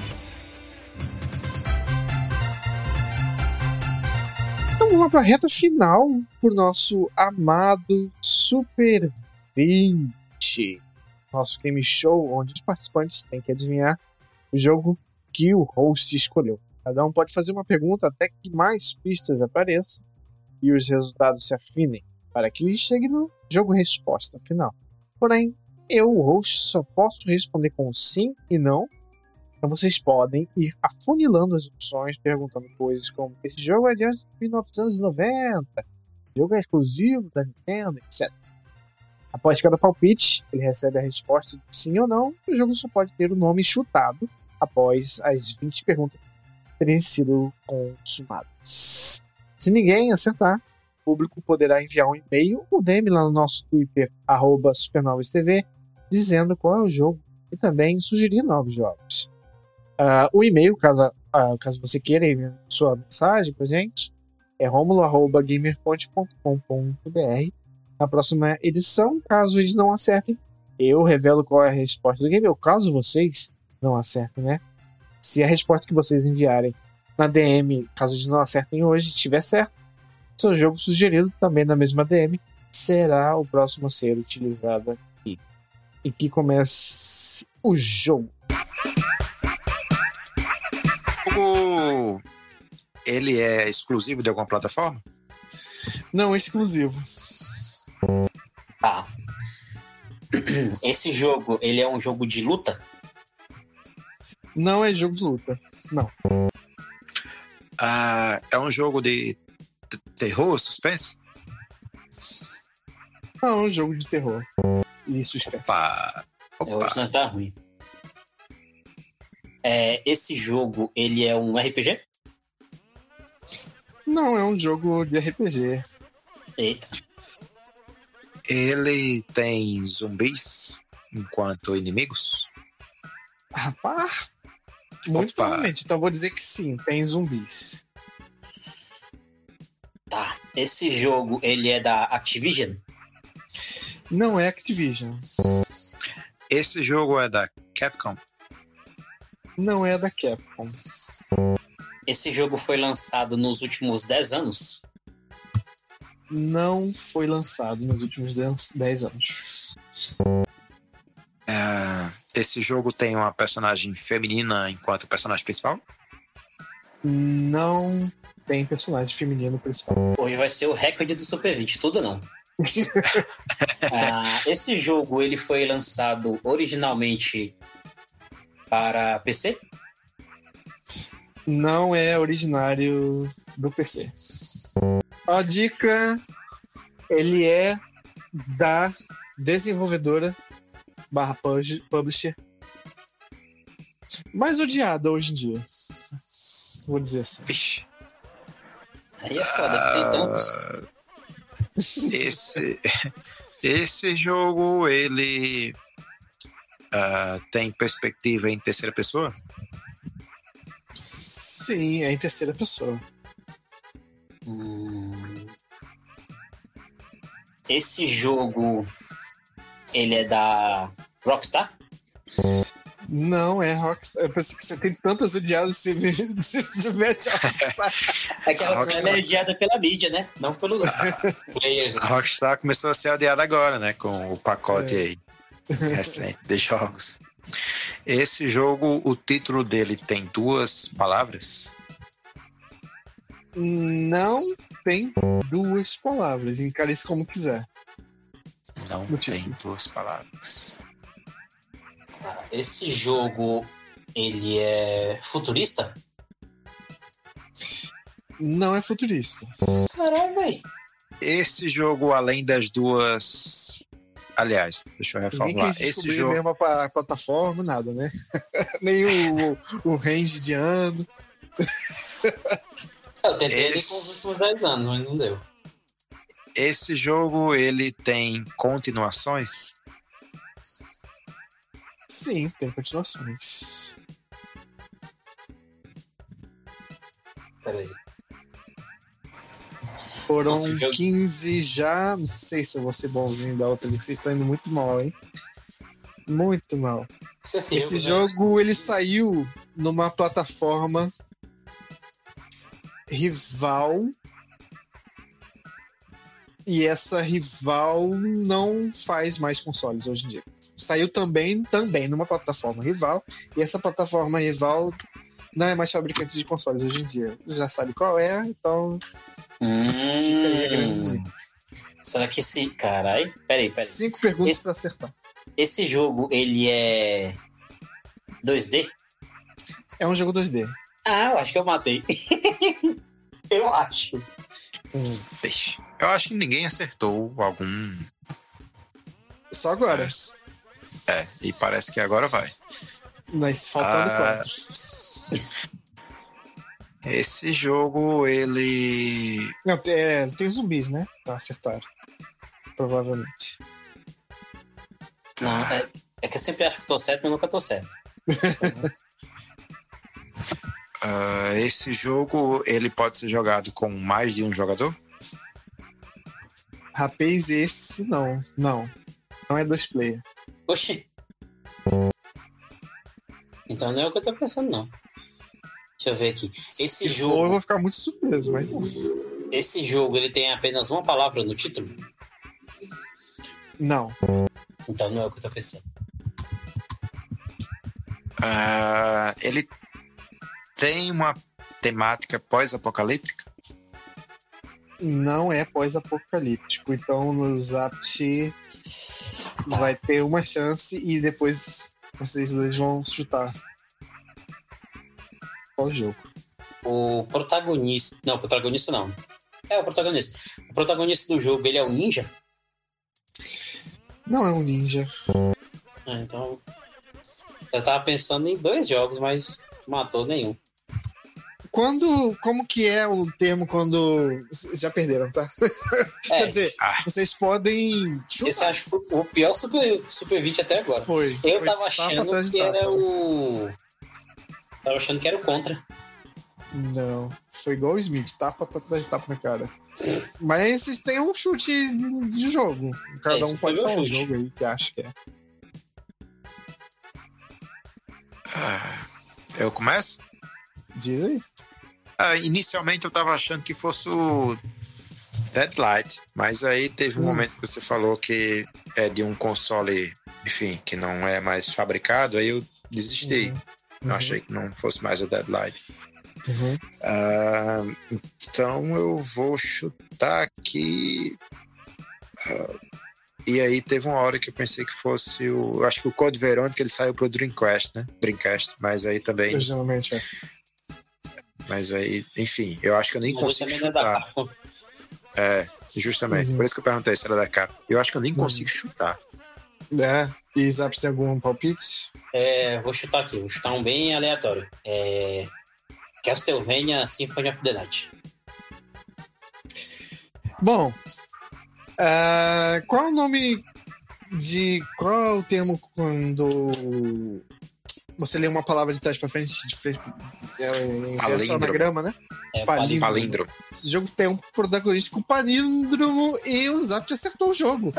vamos lá para a reta final pro nosso amado Super vinte. Nosso game show onde os participantes têm que adivinhar o jogo que o host escolheu. Cada um pode fazer uma pergunta até que mais pistas apareçam e os resultados se afinem para que chegue no jogo resposta final. Porém, eu, o host, só posso responder com sim e não. Então vocês podem ir afunilando as opções, perguntando coisas como: esse jogo é de mil novecentos e noventa, o jogo é exclusivo da Nintendo, etcétera. Após cada palpite, ele recebe a resposta de sim ou não, e o jogo só pode ter o nome chutado após as vinte perguntas terem sido consumadas. Se ninguém acertar, o público poderá enviar um e-mail ou D M lá no nosso Twitter, arroba supernovastv, dizendo qual é o jogo e também sugerir novos jogos. Uh, o e-mail, caso, uh, caso você queira enviar sua mensagem pra gente, é romulo arroba gamerpoint ponto com ponto b r. Na próxima edição, caso eles não acertem, eu revelo qual é a resposta do game, ou caso vocês não acertem, né? Se a resposta que vocês enviarem na D M, caso eles não acertem hoje, estiver certo, seu jogo sugerido também na mesma D M será o próximo a ser utilizado aqui. E que comece o jogo. O... Ele é exclusivo de alguma plataforma? Não é exclusivo. Tá. Esse jogo, ele é um jogo de luta? Não é jogo de luta. Não. Ah, é um jogo de t- terror, suspense? Não, é um jogo de terror e suspense. Opa! Opa. É, hoje não tá ruim. É, esse jogo, ele é um R P G? Não, é um jogo de R P G. Eita. Ele tem zumbis enquanto inimigos? Rapaz, muito Opa. provavelmente. Então eu vou dizer que sim, tem zumbis. Tá. Esse jogo, ele é da Activision? Não é Activision. Esse jogo é da Capcom? Não é da Capcom. Esse jogo foi lançado nos últimos dez anos? Não foi lançado nos últimos dez anos. É, esse jogo tem uma personagem feminina enquanto personagem principal? Não tem personagem feminino principal. Hoje vai ser o recorde do Super vinte, tudo não. Ah, esse jogo, ele foi lançado originalmente para P C? Não é originário do P C. A dica, ele é da desenvolvedora barra publisher mais odiada hoje em dia. Vou dizer assim. Ixi. Aí é foda, tem tantos. Esse, esse jogo, ele uh, tem perspectiva em terceira pessoa? Sim, é em terceira pessoa. Hum. Esse jogo, ele é da Rockstar? Não é Rockstar. Eu pensei que você tem tantas odiadas se se mete a Rockstar. É que a Rockstar é odiada pela mídia, né? Não pelos players. A Rockstar começou a ser odiada agora, né? Com o pacote É. aí recente de jogos. Esse jogo, o título dele tem duas palavras? Não tem duas palavras. Encare isso como quiser. Não No tem título. duas palavras. Esse jogo, ele é futurista? Não é futurista. Caralho, velho. Esse jogo, além das duas... Aliás, deixa eu Ninguém reformular. quis Esse descobrir jogo... mesmo a a plataforma, nada, né? Nem o, o, o range de ano. Eu tentei ele Esse- com os últimos dez anos, mas não deu. Esse jogo, ele tem continuações? Sim, tem continuações. Peraí. Foram Nossa, o jogo- quinze já. Não sei se eu vou ser bonzinho da outra, que vocês estão indo muito mal, hein? Muito mal. Esse, Esse né? jogo, ele saiu numa plataforma rival E essa rival não faz mais consoles hoje em dia. Saiu também, também numa plataforma rival, e essa plataforma rival não é mais fabricante de consoles hoje em dia. Já sabe qual é, então hum, fica aí a grande dica. Será que sim? Carai, peraí, peraí. Cinco perguntas esse, pra acertar. Esse jogo, ele é dois D? É um jogo dois D. Ah, eu acho que eu matei. Eu acho. Hum, Feche. Eu acho que ninguém acertou algum. Só agora. É, e parece que agora vai. Mas faltando ah, quatro. Esse jogo, ele. Não, é, tem zumbis, né? Tá, acertaram. Provavelmente. Não, é, é que eu sempre acho que tô certo, mas nunca tô certo. Uh, esse jogo, ele pode ser jogado com mais de um jogador? Rapaz, esse não. Não. Não é dois player. Oxi. Então não é o que eu tô pensando, não. Deixa eu ver aqui. Esse Se jogo. for, eu vou ficar muito surpreso, mas não. Esse jogo, ele tem apenas uma palavra no título? Não. Então não é o que eu tô pensando. Uh, ele tem uma temática pós-apocalíptica? Não é pós-apocalíptico. Então no Zapt vai ter uma chance e depois vocês dois vão chutar. Qual jogo? O protagonista... Não, o protagonista não. É, o protagonista. O protagonista do jogo, ele é um ninja? Não é um ninja. Ah, então... Eu tava pensando em dois jogos, mas matou nenhum. Quando... Como que é o termo quando... Já perderam, tá? É. Quer dizer, ah, vocês podem chutar. Esse acho que foi o pior Super, Super vinte até agora. Foi. Eu foi tava achando que era o... Tava achando que era o Contra. Não. Foi igual o Smith. Tapa atrás de tapa na cara. Mas vocês têm um chute de jogo. Cada Esse um foi pode meu falar um chute. jogo aí que acha que é. Ah, eu começo? Diz aí. Ah, inicialmente eu tava achando que fosse o Deadlight, mas aí teve um hum. momento que você falou que é de um console, enfim, que não é mais fabricado, aí eu desisti. Uhum. Eu Uhum. achei que não fosse mais o Deadlight. Uhum. Ah, então eu vou chutar aqui. Ah, e aí teve uma hora que eu pensei que fosse o... Acho que o Code Veronica, ele saiu pro Dreamcast, né? Dreamcast, mas aí também... Originalmente é. Mas aí, enfim, eu acho que eu nem Mas consigo também não é da chutar. Capcom. É, justamente. Uhum. Por isso que eu perguntei se era da Capcom. Eu acho que eu nem Uhum. consigo chutar. É. E Zaps tem algum palpite? É, vou chutar aqui, vou chutar um bem aleatório. É... Castlevania Symphony of the Night. Bom, uh, qual é o nome de... Qual é o termo quando você lê uma palavra de trás pra frente, de frente é, é Palíndromo. anagrama, né? É, Palíndromo. Palíndromo. Esse jogo tem um protagonista com palíndromo e o Zapt acertou o jogo.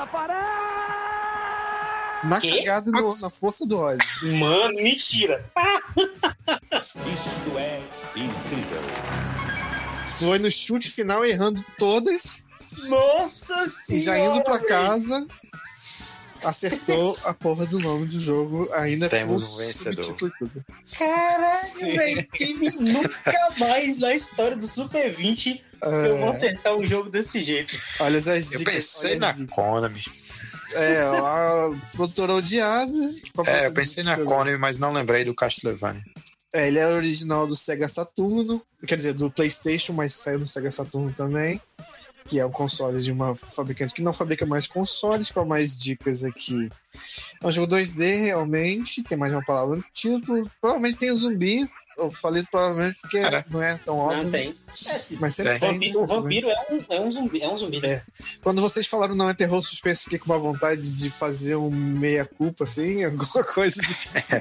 Na Quê? cagada, no, na força do ódio. Mano, mentira! Isto é incrível. Foi no chute final errando todas Nossa e já senhora! indo pra casa, acertou a porra do nome do jogo, ainda Temos com um vencedor. subtítulo e tudo. Caralho, Sim. velho! que Nunca mais na história do Super vinte eu vou acertar um jogo desse jeito. Olha as dicas. Eu pensei olha na as dicas. Konami. É, a produtora odiada. É, eu pensei na Konami, mas não lembrei do Castlevania. É, ele é original do Sega Saturno, quer dizer, do PlayStation, mas saiu do Sega Saturno também, que é um console de uma fabricante que não fabrica mais consoles, com mais dicas aqui. É um jogo dois D, realmente, tem mais uma palavra no título, provavelmente tem o zumbi, eu falei provavelmente porque É. não é tão óbvio. Não tem. Mas sempre Tem. tem. Vampiro, o vampiro é um, é um zumbi. É um zumbi. É. Quando vocês falaram não é terror suspense, fiquei com uma vontade de fazer um meia-culpa, assim, alguma coisa do tipo.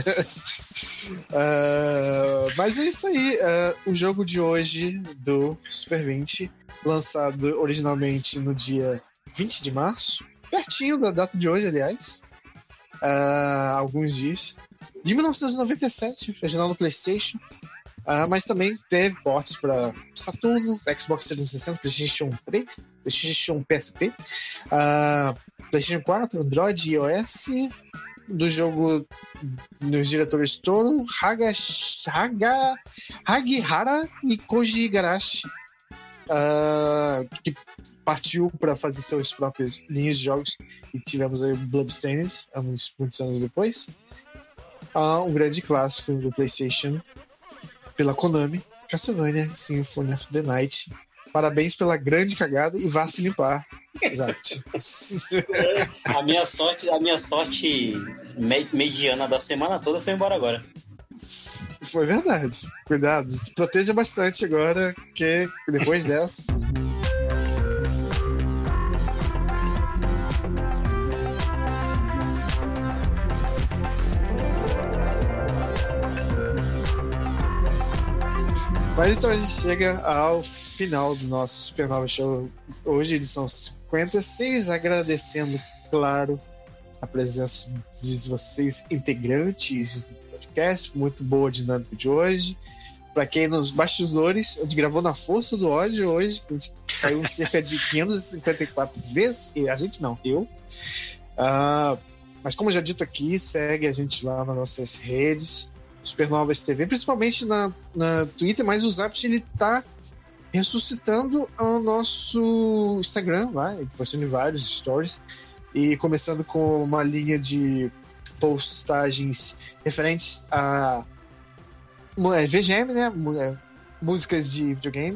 uh, mas é isso aí. Uh, o jogo de hoje do Super vinte, lançado originalmente no dia vinte de março, pertinho da data de hoje, aliás. Uh, alguns dias. De mil novecentos e noventa e sete, original no PlayStation. Uh, mas também teve portes para Saturno, Xbox trezentos e sessenta, PlayStation três, PlayStation P S P, uh, PlayStation quatro, Android e iOS, do jogo dos diretores Toru Haga, Haga, Hagihara e Koji Igarashi, uh, que partiu para fazer seus próprios linhas de jogos, e tivemos aí Bloodstained, uns muitos anos depois. Uh, um grande clássico do PlayStation pela Konami, Castlevania Symphony of the Night. Parabéns pela grande cagada e vá se limpar. Exato. A minha sorte, a minha sorte mediana da semana toda foi embora agora. Foi verdade. Cuidado, se proteja bastante agora, porque depois dessa. Mas então a gente chega ao final do nosso Supernova Show, hoje, edição cinquenta e seis, agradecendo, claro, a presença de vocês, integrantes do podcast. Muito boa a dinâmica de hoje. Para quem nos bastidores, a gente gravou na força do ódio hoje, a gente caiu cerca de quinhentas e cinquenta e quatro vezes, e a gente não, eu. Uh, mas como já dito aqui, segue a gente lá nas nossas redes, Supernovas T V, principalmente na, na Twitter, mas o Zapt ele tá ressuscitando o nosso Instagram lá, postando vários stories e começando com uma linha de postagens referentes a V G M, né? Músicas de videogame,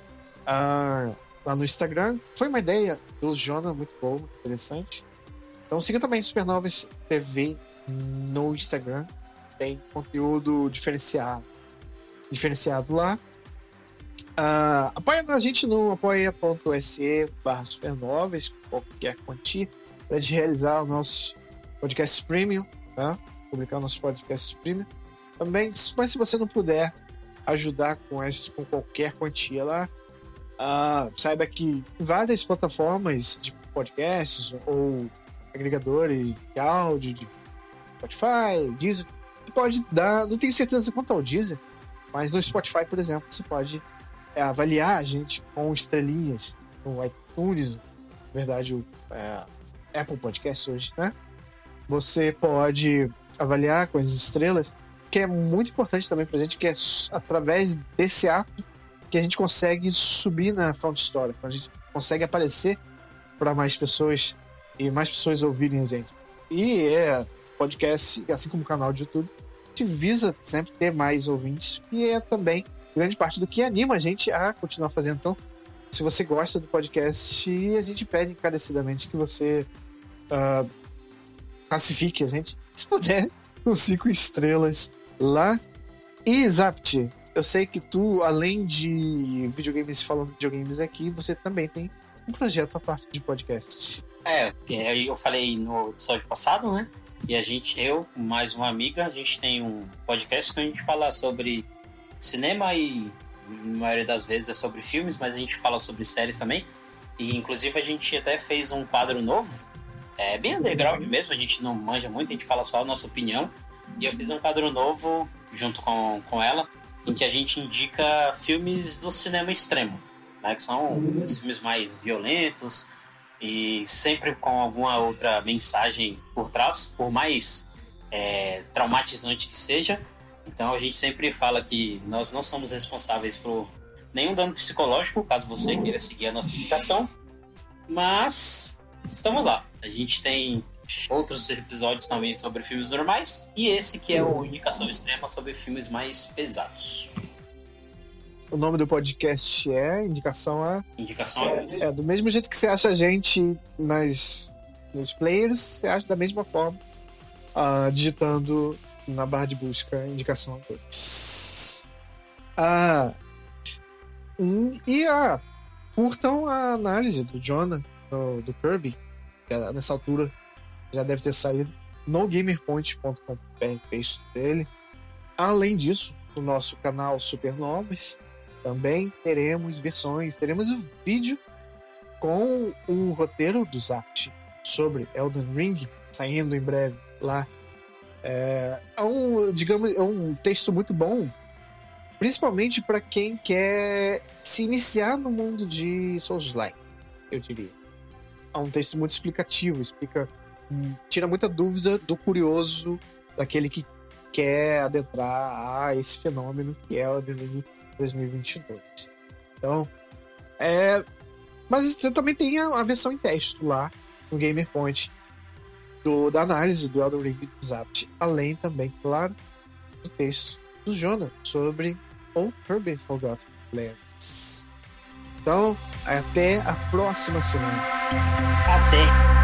uh, lá no Instagram. Foi uma ideia do Jonah muito boa, interessante. Então siga também Supernovas T V no Instagram. Tem conteúdo diferenciado, diferenciado lá. Uh, apoia a gente no apoia.se barra supernovas, qualquer quantia, para realizar o nosso podcast premium, tá? Publicar o nosso podcast premium. Também, mas se você não puder ajudar com, esse, com qualquer quantia lá, uh, saiba que várias plataformas de podcasts ou agregadores de áudio, de Spotify, Deezer, você pode dar, não tenho certeza quanto ao Deezer, mas no Spotify, por exemplo, você pode é, avaliar a gente com estrelinhas no iTunes, na verdade o é, Apple Podcast hoje, né? Você pode avaliar com as estrelas, que é muito importante também pra gente, que é através desse ato que a gente consegue subir na Front Story, a gente consegue aparecer para mais pessoas e mais pessoas ouvirem a gente. E é podcast, assim como o canal de YouTube, a gente visa sempre ter mais ouvintes, e é também grande parte do que anima a gente a continuar fazendo. Então, se você gosta do podcast, a gente pede encarecidamente que você uh, classifique a gente, se puder, com cinco estrelas lá. E Zapt, eu sei que tu, além de videogames, falando de videogames aqui, você também tem um projeto à parte de podcast. É, eu falei no episódio passado, né? E a gente, eu, mais uma amiga, a gente tem um podcast que a gente fala sobre cinema e, na maioria das vezes, é sobre filmes, mas a gente fala sobre séries também. E, inclusive, a gente até fez um quadro novo, é bem underground mesmo, a gente não manja muito, a gente fala só a nossa opinião. E eu fiz um quadro novo, junto com, com ela, em que a gente indica filmes do cinema extremo, né? Que são esses filmes mais violentos, e sempre com alguma outra mensagem por trás, por mais é, traumatizante que seja. Então a gente sempre fala que nós não somos responsáveis por nenhum dano psicológico, caso você queira seguir a nossa indicação, mas estamos lá. A gente tem outros episódios também sobre filmes normais, e esse que é o Indicação Extrema, sobre filmes mais pesados. O nome do podcast é Indicação a... Indicação a... É, do mesmo jeito que você acha a gente nas, nos players, você acha da mesma forma, uh, digitando na barra de busca Indicação a dois. Ah, e ah, curtam a análise do Jonah, do, do Kirby, que nessa altura já deve ter saído, no gamerpoint ponto com ponto b r, texto dele. Além disso, no nosso canal Supernovas, também teremos versões, teremos um vídeo com o roteiro do Zapt sobre Elden Ring, saindo em breve lá. É, é um, digamos, é um texto muito bom, principalmente para quem quer se iniciar no mundo de Souls-like, eu diria. É um texto muito explicativo, explica, tira muita dúvida do curioso, daquele que quer adentrar a esse fenômeno que é o Elden Ring dois mil e vinte e dois. Então, é... Mas você também tem a, a versão em texto lá no GamerPoint do, da análise do Elden Ring do Zapt, além também, claro, do texto do Jonah sobre o Kirby Forgotten Lands. Então, até a próxima semana. Até!